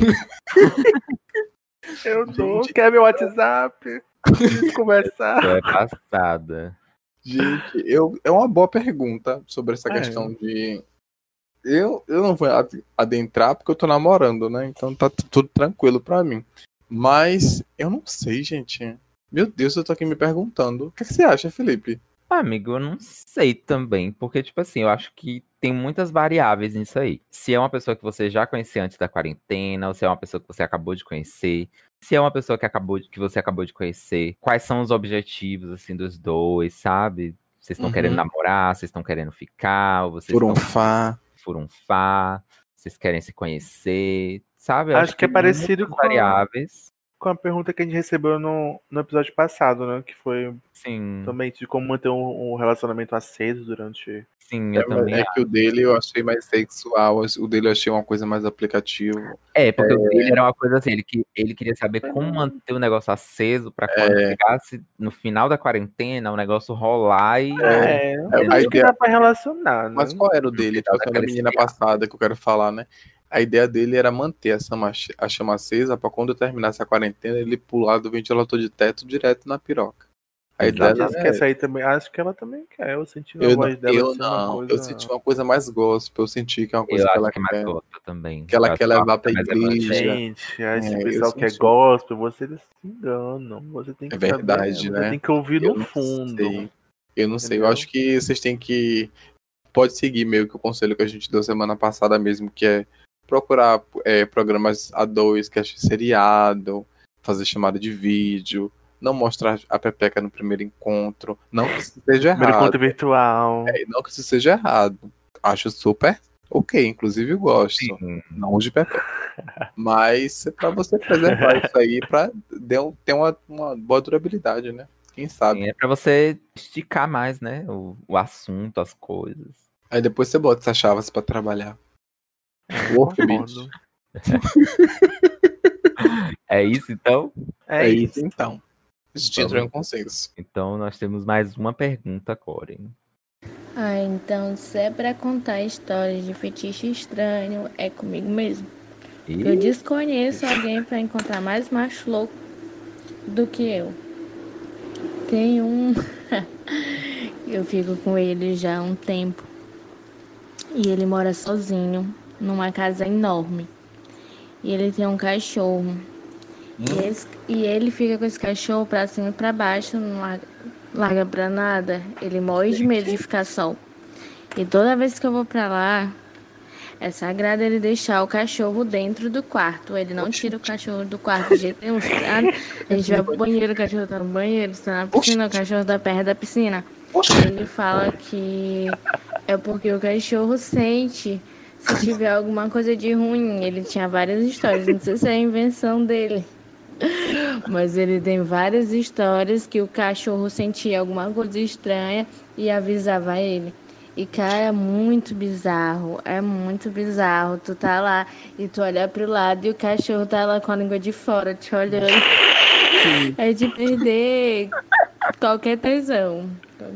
Eu dou. Gente. Quer meu WhatsApp? Vamos conversar. É passada. Gente, é uma boa pergunta sobre essa questão de... Eu não vou adentrar porque eu tô namorando, né? Então tá tudo tranquilo pra mim. Mas eu não sei, gente. Meu Deus, eu tô aqui me perguntando. O que você acha, Felipe? Amigo, eu não sei também, porque, tipo assim, eu acho que tem muitas variáveis nisso aí. Se é uma pessoa que você já conhecia antes da quarentena, ou se é uma pessoa que você acabou de conhecer, se é uma pessoa que você acabou de conhecer, quais são os objetivos, assim, dos dois, sabe? Vocês estão querendo namorar, vocês estão querendo ficar, ou vocês Furunfá. furunfar, vocês querem se conhecer, sabe? Eu Acho que é parecido muitas variáveis. com a pergunta que a gente recebeu no episódio passado, né? Que foi Sim, também de como manter um relacionamento aceso durante. sim, eu também É que o dele eu achei mais sexual, o dele eu achei uma coisa mais aplicativo. porque o dele era uma coisa assim, ele queria saber como manter o negócio aceso pra quando chegasse no final da quarentena, o negócio rolar e... A ideia dá pra relacionar, né? Mas qual era o dele? Que eu falei na menina passada que eu quero falar, né? A ideia dele era manter a chama acesa pra quando terminasse a quarentena ele pular do ventilador de teto direto na piroca. A ideia dela quer sair também. Acho que ela também quer. Eu senti na voz dela. Eu assim, não, uma coisa... eu senti uma coisa mais gospel, eu senti que é uma coisa Eu que acho ela que é mais quer. gospel também. Que ela quer levar pra mais igreja. Gente, esse pessoal que é senti. gospel, vocês se enganam. Você tem que É verdade, saber, né? Você tem que ouvir Eu no não fundo. sei. Eu não sei. Eu Entendeu? acho que vocês têm que. Pode seguir meio que o conselho que a gente deu semana passada mesmo, que é procurar programas A2, que é seriado, fazer chamada de vídeo, não mostrar a pepeca no primeiro encontro. Não que isso seja Primeiro errado. encontro virtual. Não que isso seja errado. Acho super ok, inclusive gosto. Sim. Não de pepeca. Mas é pra você preservar isso aí, pra ter uma boa durabilidade, né? Quem sabe? Sim, é pra você esticar mais, né? O assunto, as coisas. Aí depois você bota essas chaves pra trabalhar. Concordo. É isso, então? É isso, então. A gente entrou em consenso. Então, nós temos mais uma pergunta agora, hein? Então, se é pra contar histórias de fetiche estranho, é comigo mesmo. E... Eu desconheço alguém pra encontrar mais macho louco do que eu. Tem um... Eu fico com ele já há um tempo. E ele mora sozinho, numa casa enorme. E ele tem um cachorro. E ele fica com esse cachorro pra cima e pra baixo, não larga pra nada. Ele morre de medo de ficar só. E toda vez que eu vou pra lá, é sagrado ele deixar o cachorro dentro do quarto. Ele não tira o cachorro do quarto de jeito nenhum. A gente vai pro banheiro, o cachorro tá no banheiro, está na piscina, o cachorro tá perto da piscina. Ele fala que é porque o cachorro sente se tiver alguma coisa de ruim. Ele tinha várias histórias, não sei se é invenção dele. Mas ele tem várias histórias que o cachorro sentia alguma coisa estranha e avisava ele. E, cara, é muito bizarro. Tu tá lá e tu olha pro lado e o cachorro tá lá com a língua de fora, te olhando. É de perder qualquer tesão.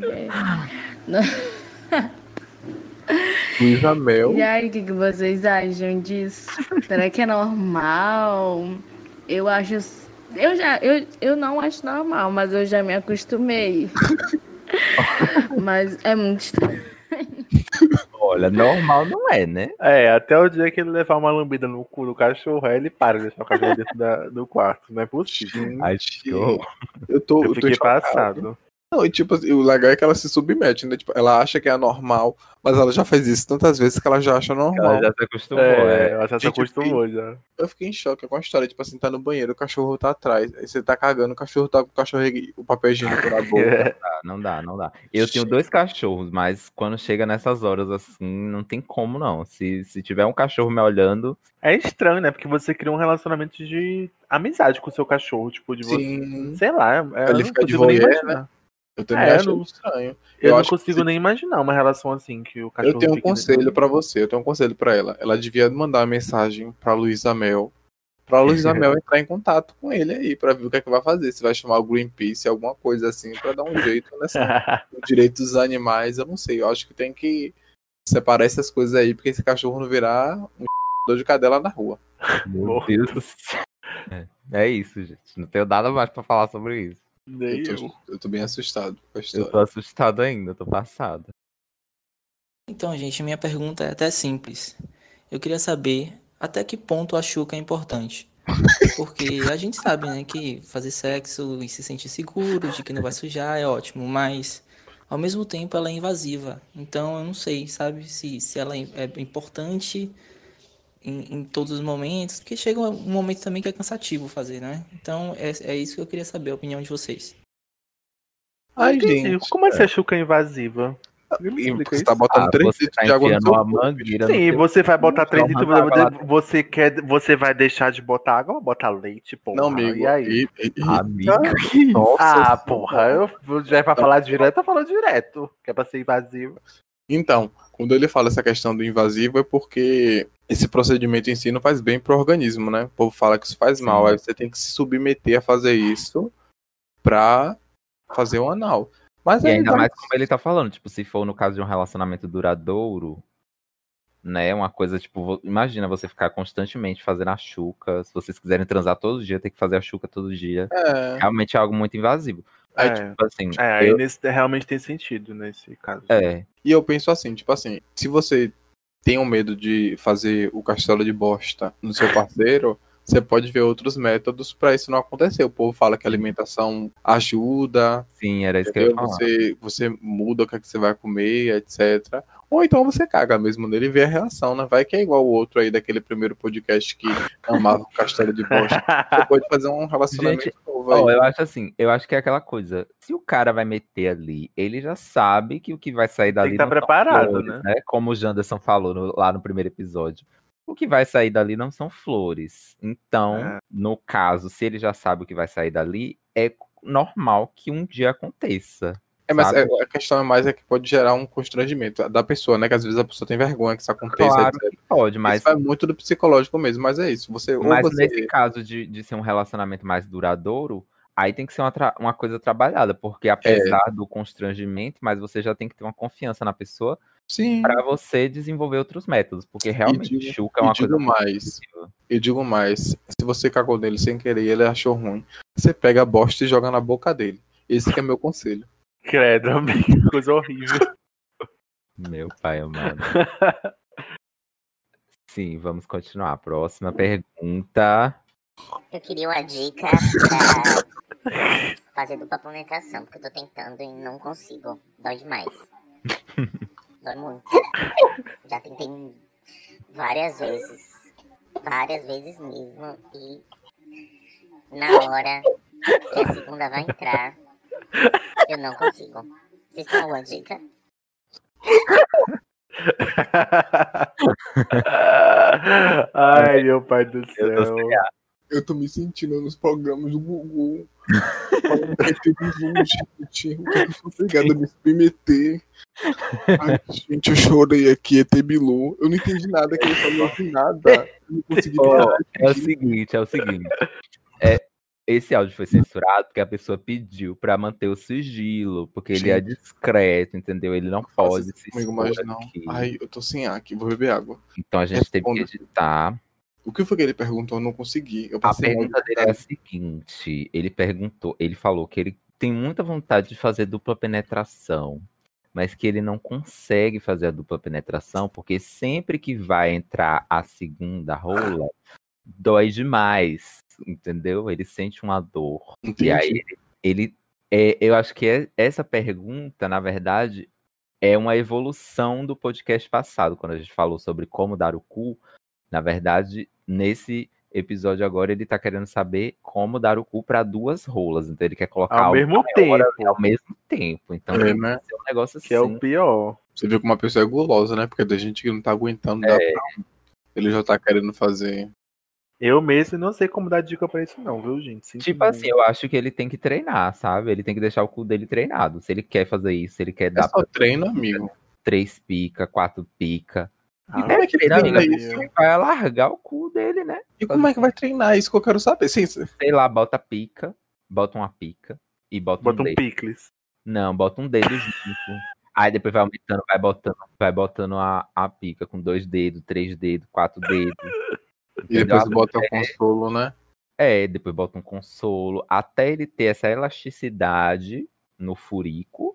Luísa Mel. E aí, o que vocês acham disso? Será que é normal? Eu acho... Eu não acho normal, mas eu já me acostumei. Mas é muito estranho. Olha, normal não é, né? Até o dia que ele levar uma lambida no cu do cachorro, aí ele para de deixar o cachorro dentro do quarto. Não é possível. Acho que Eu fiquei passado. Não, e tipo, o legal é que ela se submete, né? Tipo, ela acha que é normal, mas ela já faz isso tantas vezes que ela já acha normal. Ela já se acostumou, ela já se Gente, acostumou já. Eu fiquei em choque com a história, tipo assim, tá no banheiro, o cachorro tá atrás, aí você tá cagando, o cachorro tá com o papel higiênico na boca. Não dá. Eu tenho 2 cachorros, mas quando chega nessas horas assim, não tem como não. Se tiver um cachorro me olhando. É estranho, né? Porque você cria um relacionamento de amizade com o seu cachorro, tipo, de você. Sim. Sei lá, eu Ele não fica de consigo nem voyeur, imaginar. Eu também eu achei não, estranho. eu não acho que consigo nem imaginar uma relação assim que o cachorro Eu tenho um fique conselho pra você, eu tenho um conselho pra ela. Ela devia mandar uma mensagem pra Luísa Mel, pra Luísa Mel entrar em contato com ele aí, pra ver o que é que vai fazer. Se vai chamar o Greenpeace, alguma coisa assim, pra dar um jeito nessa no direito dos animais. Eu não sei, eu acho que tem que separar essas coisas aí, porque esse cachorro não virar um dor de cadela na rua. Meu Deus do céu. É isso, gente. Não tenho nada mais pra falar sobre isso. Nem Eu tô bem assustado com a história. Eu tô assustado ainda, tô passado. Então, gente, minha pergunta é até simples. Eu queria saber até que ponto a Xuca é importante. Porque a gente sabe, né, que fazer sexo e se sentir seguro de que não vai sujar é ótimo, mas ao mesmo tempo ela é invasiva. Então eu não sei, sabe, se ela é importante em todos os momentos, porque chega um momento também que é cansativo fazer, né? Então é isso que eu queria saber, a opinião de vocês. Ai, entendi. gente. Como é ser chuca invasiva? Me explica Você isso. tá botando 3 você litros tá de água no enfiando seu uma cu. mangueira no Sim, teu você vai botar 3 Toma litros, água lá. você vai deixar de botar água ou botar leite, porra? Não, amigo. E aí? Amigo, que isso? Nossa Porra, já é pra falar direto, eu falo direto. Que é pra ser invasivo. Então, quando ele fala essa questão do invasivo é porque esse procedimento em si não faz bem pro organismo, né? O povo fala que isso faz mal, aí você tem que se submeter a fazer isso pra fazer o anal. Mas E aí ainda vai- mais como ele tá falando, tipo, se for no caso de um relacionamento duradouro, né, uma coisa, tipo, imagina você ficar constantemente fazendo a chuca, se vocês quiserem transar todo dia, tem que fazer a chuca todo dia. É, Realmente é algo muito invasivo. aí, É. tipo, Assim, Aí realmente tem sentido nesse caso. e eu penso assim, tipo assim, se você tem um medo de fazer o castelo de bosta no seu parceiro, você pode ver outros métodos pra isso não acontecer. O povo fala que a alimentação ajuda, sim, era isso que eu ia entendeu? falar. Você muda o que, é que você vai comer, etc. Ou então você caga mesmo nele e vê a reação, né? Vai que é igual o outro aí daquele primeiro podcast que amava o castelo de bosta. Você pode fazer um relacionamento Gente, novo aí. eu acho que é aquela coisa, se o cara vai meter ali, ele já sabe que o que vai sair dali Tem que estar não são preparado, flores, né? Como o Janderson falou lá no primeiro episódio. O que vai sair dali não são flores. Então, no caso, se ele já sabe o que vai sair dali, é normal que um dia aconteça. Mas sabe? a questão é mais que pode gerar um constrangimento da pessoa, né? Que às vezes a pessoa tem vergonha que isso aconteça, Claro etc. que pode, mas, Isso vai muito do psicológico mesmo, mas é isso. nesse caso de ser um relacionamento mais duradouro, aí tem que ser uma coisa trabalhada, porque apesar do constrangimento, mas você já tem que ter uma confiança na pessoa Sim. para você desenvolver outros métodos, porque realmente chuca é uma coisa muito positiva. Eu digo mais, se você cagou nele sem querer e ele achou ruim, você pega a bosta e joga na boca dele. Esse que é meu conselho. Credo, amigo, coisa horrível. Meu pai amado. Sim, vamos continuar. Próxima pergunta. Eu queria uma dica pra fazer dupla penetração, porque eu tô tentando e não consigo. Dói demais. Dói muito. Já tentei várias vezes mesmo, e na hora que a segunda vai entrar, eu não consigo. Vocês têm alguma dica? Ai, meu pai do céu. Eu tô me sentindo nos programas do Google. Falando que teve gente, o que eu sou obrigado a me submeter. Ai, gente, eu chorei aqui, ET Bilu. Eu não entendi nada que ele falou, de nada. Eu não consegui É o seguinte. Esse áudio foi censurado porque a pessoa pediu pra manter o sigilo, porque ele é discreto, entendeu? Ele não pode se expor aqui. Ai, eu tô sem ar aqui, vou beber água. Então a gente teve que editar. O que foi que ele perguntou? Eu não consegui. A pergunta dele é a seguinte: ele falou que ele tem muita vontade de fazer dupla penetração, mas que ele não consegue fazer a dupla penetração porque sempre que vai entrar a segunda rola, dói demais, entendeu? Ele sente uma dor. Entendi. E aí ele Eu acho que essa pergunta, na verdade, é uma evolução do podcast passado, quando a gente falou sobre como dar o cu. Na verdade, nesse episódio agora, ele tá querendo saber como dar o cu para 2 rolas. Então ele quer colocar Ao mesmo tempo. ao mesmo tempo. Então É, tem né? que ser um negócio assim. Que é o pior. Você viu como uma pessoa é gulosa, né? Porque tem gente que não tá aguentando dar pra... Ele já tá querendo fazer. Eu mesmo não sei como dar dica pra isso não, viu, gente? Sinto Tipo assim, eu acho que ele tem que treinar, sabe? Ele tem que deixar o cu dele treinado. Se ele quer fazer isso, se ele quer É dar só treino, amigo. 3 pica, 4 pica. Ah, como é que treina, treina amiga, isso? vai alargar o cu dele, né? E como é que vai treinar? Isso que eu quero saber. Sim, Sei lá, bota pica, bota uma pica e bota Bota um um dedo. picles. Não, bota um dedo junto. Aí depois vai aumentando, vai botando a pica com 2 dedos, 3 dedos, 4 dedos. e depois bota o consolo, né? Depois bota um consolo, até ele ter essa elasticidade no furico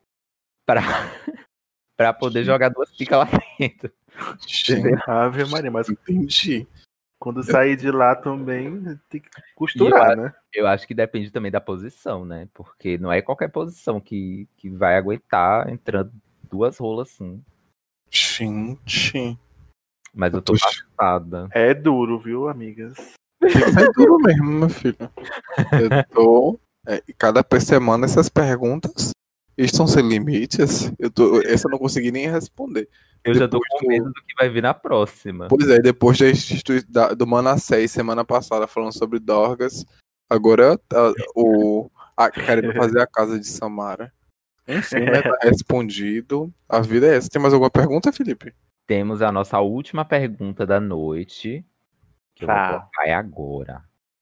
pra poder jogar 2 picas lá dentro. Gente, Ave Maria, mas entendi. quando sair de lá também tem que costurar, né? Eu acho que depende também da posição, né? Porque não é qualquer posição que vai aguentar entrando 2 rolas assim. Gente. Mas eu tô passada. É duro, viu, amigas? É duro mesmo, meu filho. Eu tô. Cada semana essas perguntas estão sem limites. Essa eu não consegui nem responder. Eu já tô com medo do que vai vir na próxima. Pois é, depois do Manassés semana passada falando sobre Dorgas, agora querendo fazer a casa de Samara. Enfim, né? Tá respondido. A vida é essa. Tem mais alguma pergunta, Felipe? Temos a nossa última pergunta da noite. Que eu vou colocar agora.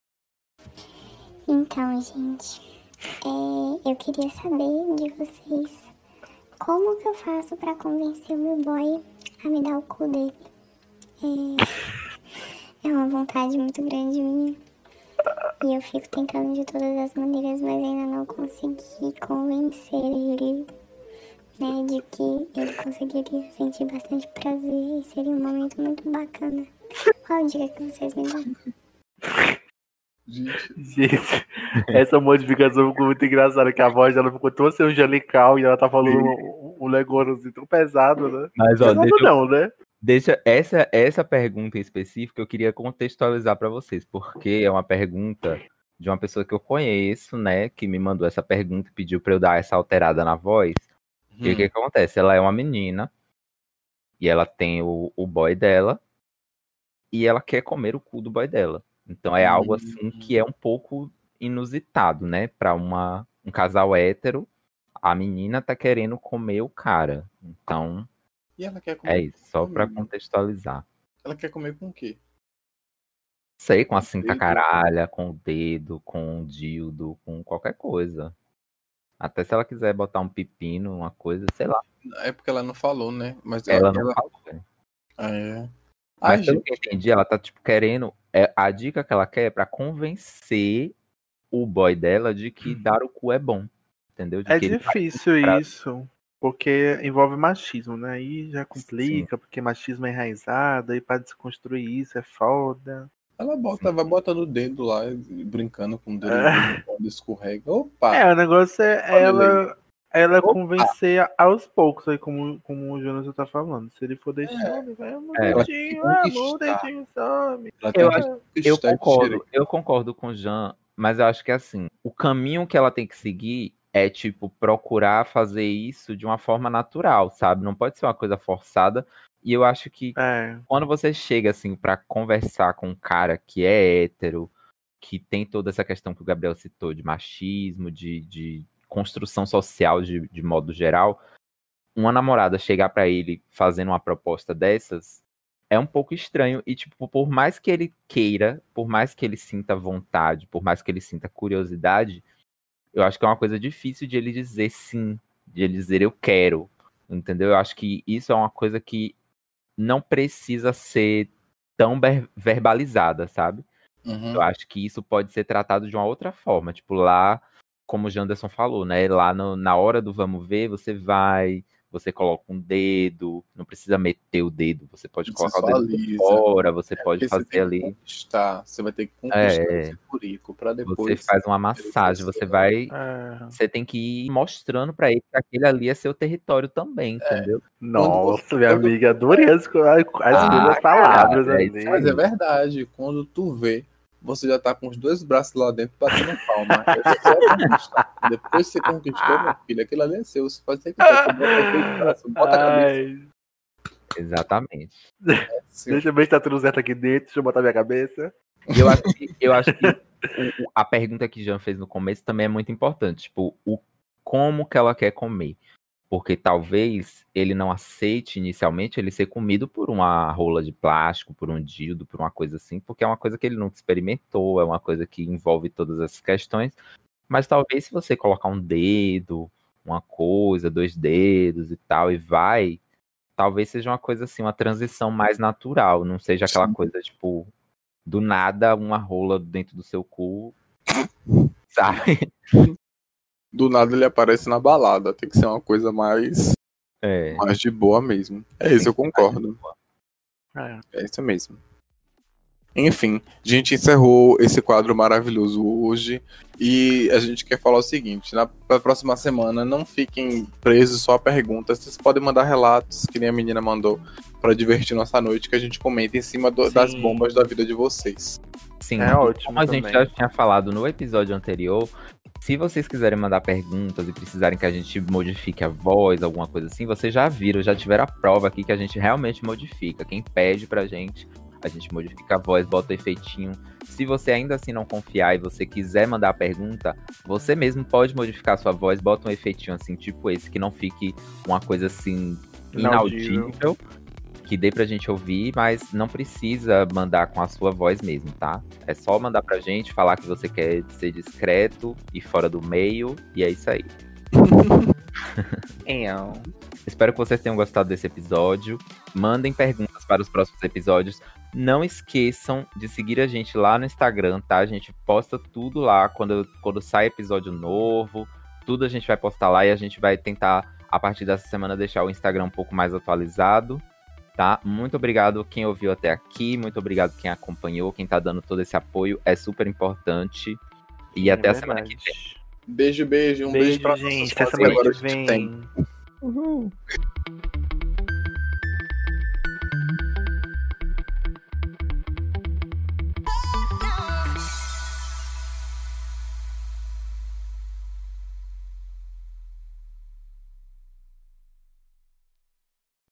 Então, gente, eu queria saber de vocês como que eu faço pra convencer o meu boy a me dar o cu dele. É uma vontade muito grande minha. E eu fico tentando de todas as maneiras, mas ainda não consegui convencer ele, né, de que ele conseguiria sentir bastante prazer e seria um momento muito bacana. Qual a dica que vocês me dão? Gente, essa modificação ficou muito engraçada, que a voz dela ficou tão assim angelical e ela tá falando um negócio assim tão pesado, né? Mas ó, né? Essa pergunta em específico eu queria contextualizar para vocês, porque é uma pergunta de uma pessoa que eu conheço, né, que me mandou essa pergunta e pediu para eu dar essa alterada na voz. E o que acontece? Ela é uma menina e ela tem o boy dela e ela quer comer o cu do boy dela. Então é algo assim que é um pouco inusitado, né, para um casal hétero. A menina tá querendo comer o cara. Então e ela quer comer isso, só pra contextualizar. Ela quer comer com o quê? Sei, com a cinta caralha, com o dedo, com um dildo, com qualquer coisa. Até se ela quiser botar um pepino, uma coisa, sei lá. É porque ela não falou, né? Mas ela não falou. Mas pelo que eu entendi, ela tá tipo querendo. A dica que ela quer é pra convencer o boy dela de que dar o cu é bom. Entendeu? É difícil isso. Porque envolve machismo, né? Aí já complica, porque machismo é enraizado, aí pra desconstruir isso é foda. Ela vai botando o dedo lá, brincando com o dedo quando escorrega. Opa! O negócio é ela convencer aos poucos, aí como o Jonas tá falando. Se ele for deixando, vai amor, dedinho, some. Eu concordo com o Jean, mas eu acho que assim, o caminho que ela tem que seguir é, tipo, procurar fazer isso de uma forma natural, sabe? Não pode ser uma coisa forçada. E eu acho que quando você chega, assim, pra conversar com um cara que é hétero, que tem toda essa questão que o Gabriel citou de machismo, de construção social de modo geral, uma namorada chegar pra ele fazendo uma proposta dessas é um pouco estranho. E, tipo, por mais que ele queira, por mais que ele sinta vontade, por mais que ele sinta curiosidade, eu acho que é uma coisa difícil de ele dizer sim, de ele dizer eu quero, entendeu? Eu acho que isso é uma coisa que não precisa ser tão verbalizada, sabe? Eu acho que isso pode ser tratado de uma outra forma, tipo lá, como o Janderson falou, né? Lá na hora do vamos ver, você vai você coloca um dedo, não precisa meter o dedo, você pode colocar o dedo fora, você pode fazer ali. Você vai ter que conquistar esse furico pra depois. Você faz uma massagem, você tem que ir mostrando pra ele que aquele ali é seu território também, entendeu? Nossa, minha amiga, adorei as palavras ali. Mas é verdade, quando tu vê, você já tá com os 2 braços lá dentro batendo palma. Depois que você conquistou, meu filho, aquilo ali é seu. Você faz o que quiser, bota a cabeça. Exatamente. Deixa eu ver se tá tudo certo aqui dentro, deixa eu botar minha cabeça. Eu acho que a pergunta que Jean fez no começo também é muito importante. Tipo, como que ela quer comer. Porque talvez ele não aceite inicialmente ele ser comido por uma rola de plástico, por um dildo, por uma coisa assim, porque é uma coisa que ele nunca experimentou, é uma coisa que envolve todas essas questões. Mas talvez se você colocar um dedo, uma coisa, 2 dedos e tal, talvez seja uma coisa assim, uma transição mais natural, não seja aquela coisa, tipo, do nada, uma rola dentro do seu cu, sabe? Do nada ele aparece na balada. Tem que ser uma coisa mais de boa mesmo. É isso, eu concordo. É isso mesmo. Enfim, a gente encerrou esse quadro maravilhoso hoje. E a gente quer falar o seguinte: na próxima semana, não fiquem presos só a perguntas. Vocês podem mandar relatos, que nem a menina mandou, para divertir nossa noite, que a gente comenta em cima das bombas da vida de vocês. Sim, ótimo. Como a gente já tinha falado no episódio anterior, se vocês quiserem mandar perguntas e precisarem que a gente modifique a voz, alguma coisa assim, vocês já viram, já tiveram a prova aqui que a gente realmente modifica. Quem pede pra gente, a gente modifica a voz, bota o efeitinho. Se você ainda assim não confiar e você quiser mandar a pergunta, você mesmo pode modificar a sua voz, bota um efeitinho assim, tipo esse, que não fique uma coisa assim inaudível, que dê pra gente ouvir, mas não precisa mandar com a sua voz mesmo, tá? É só mandar pra gente, falar que você quer ser discreto e fora do meio, e é isso aí. Espero que vocês tenham gostado desse episódio. Mandem perguntas para os próximos episódios. Não esqueçam de seguir a gente lá no Instagram, tá? A gente posta tudo lá quando sai episódio novo. Tudo a gente vai postar lá e a gente vai tentar, a partir dessa semana, deixar o Instagram um pouco mais atualizado. Tá? Muito obrigado quem ouviu até aqui, muito obrigado quem acompanhou, quem tá dando todo esse apoio, é super importante. E até a semana que vem. Beijo. Um beijo pra gente. vocês. Até semana Agora que vem. a gente tem.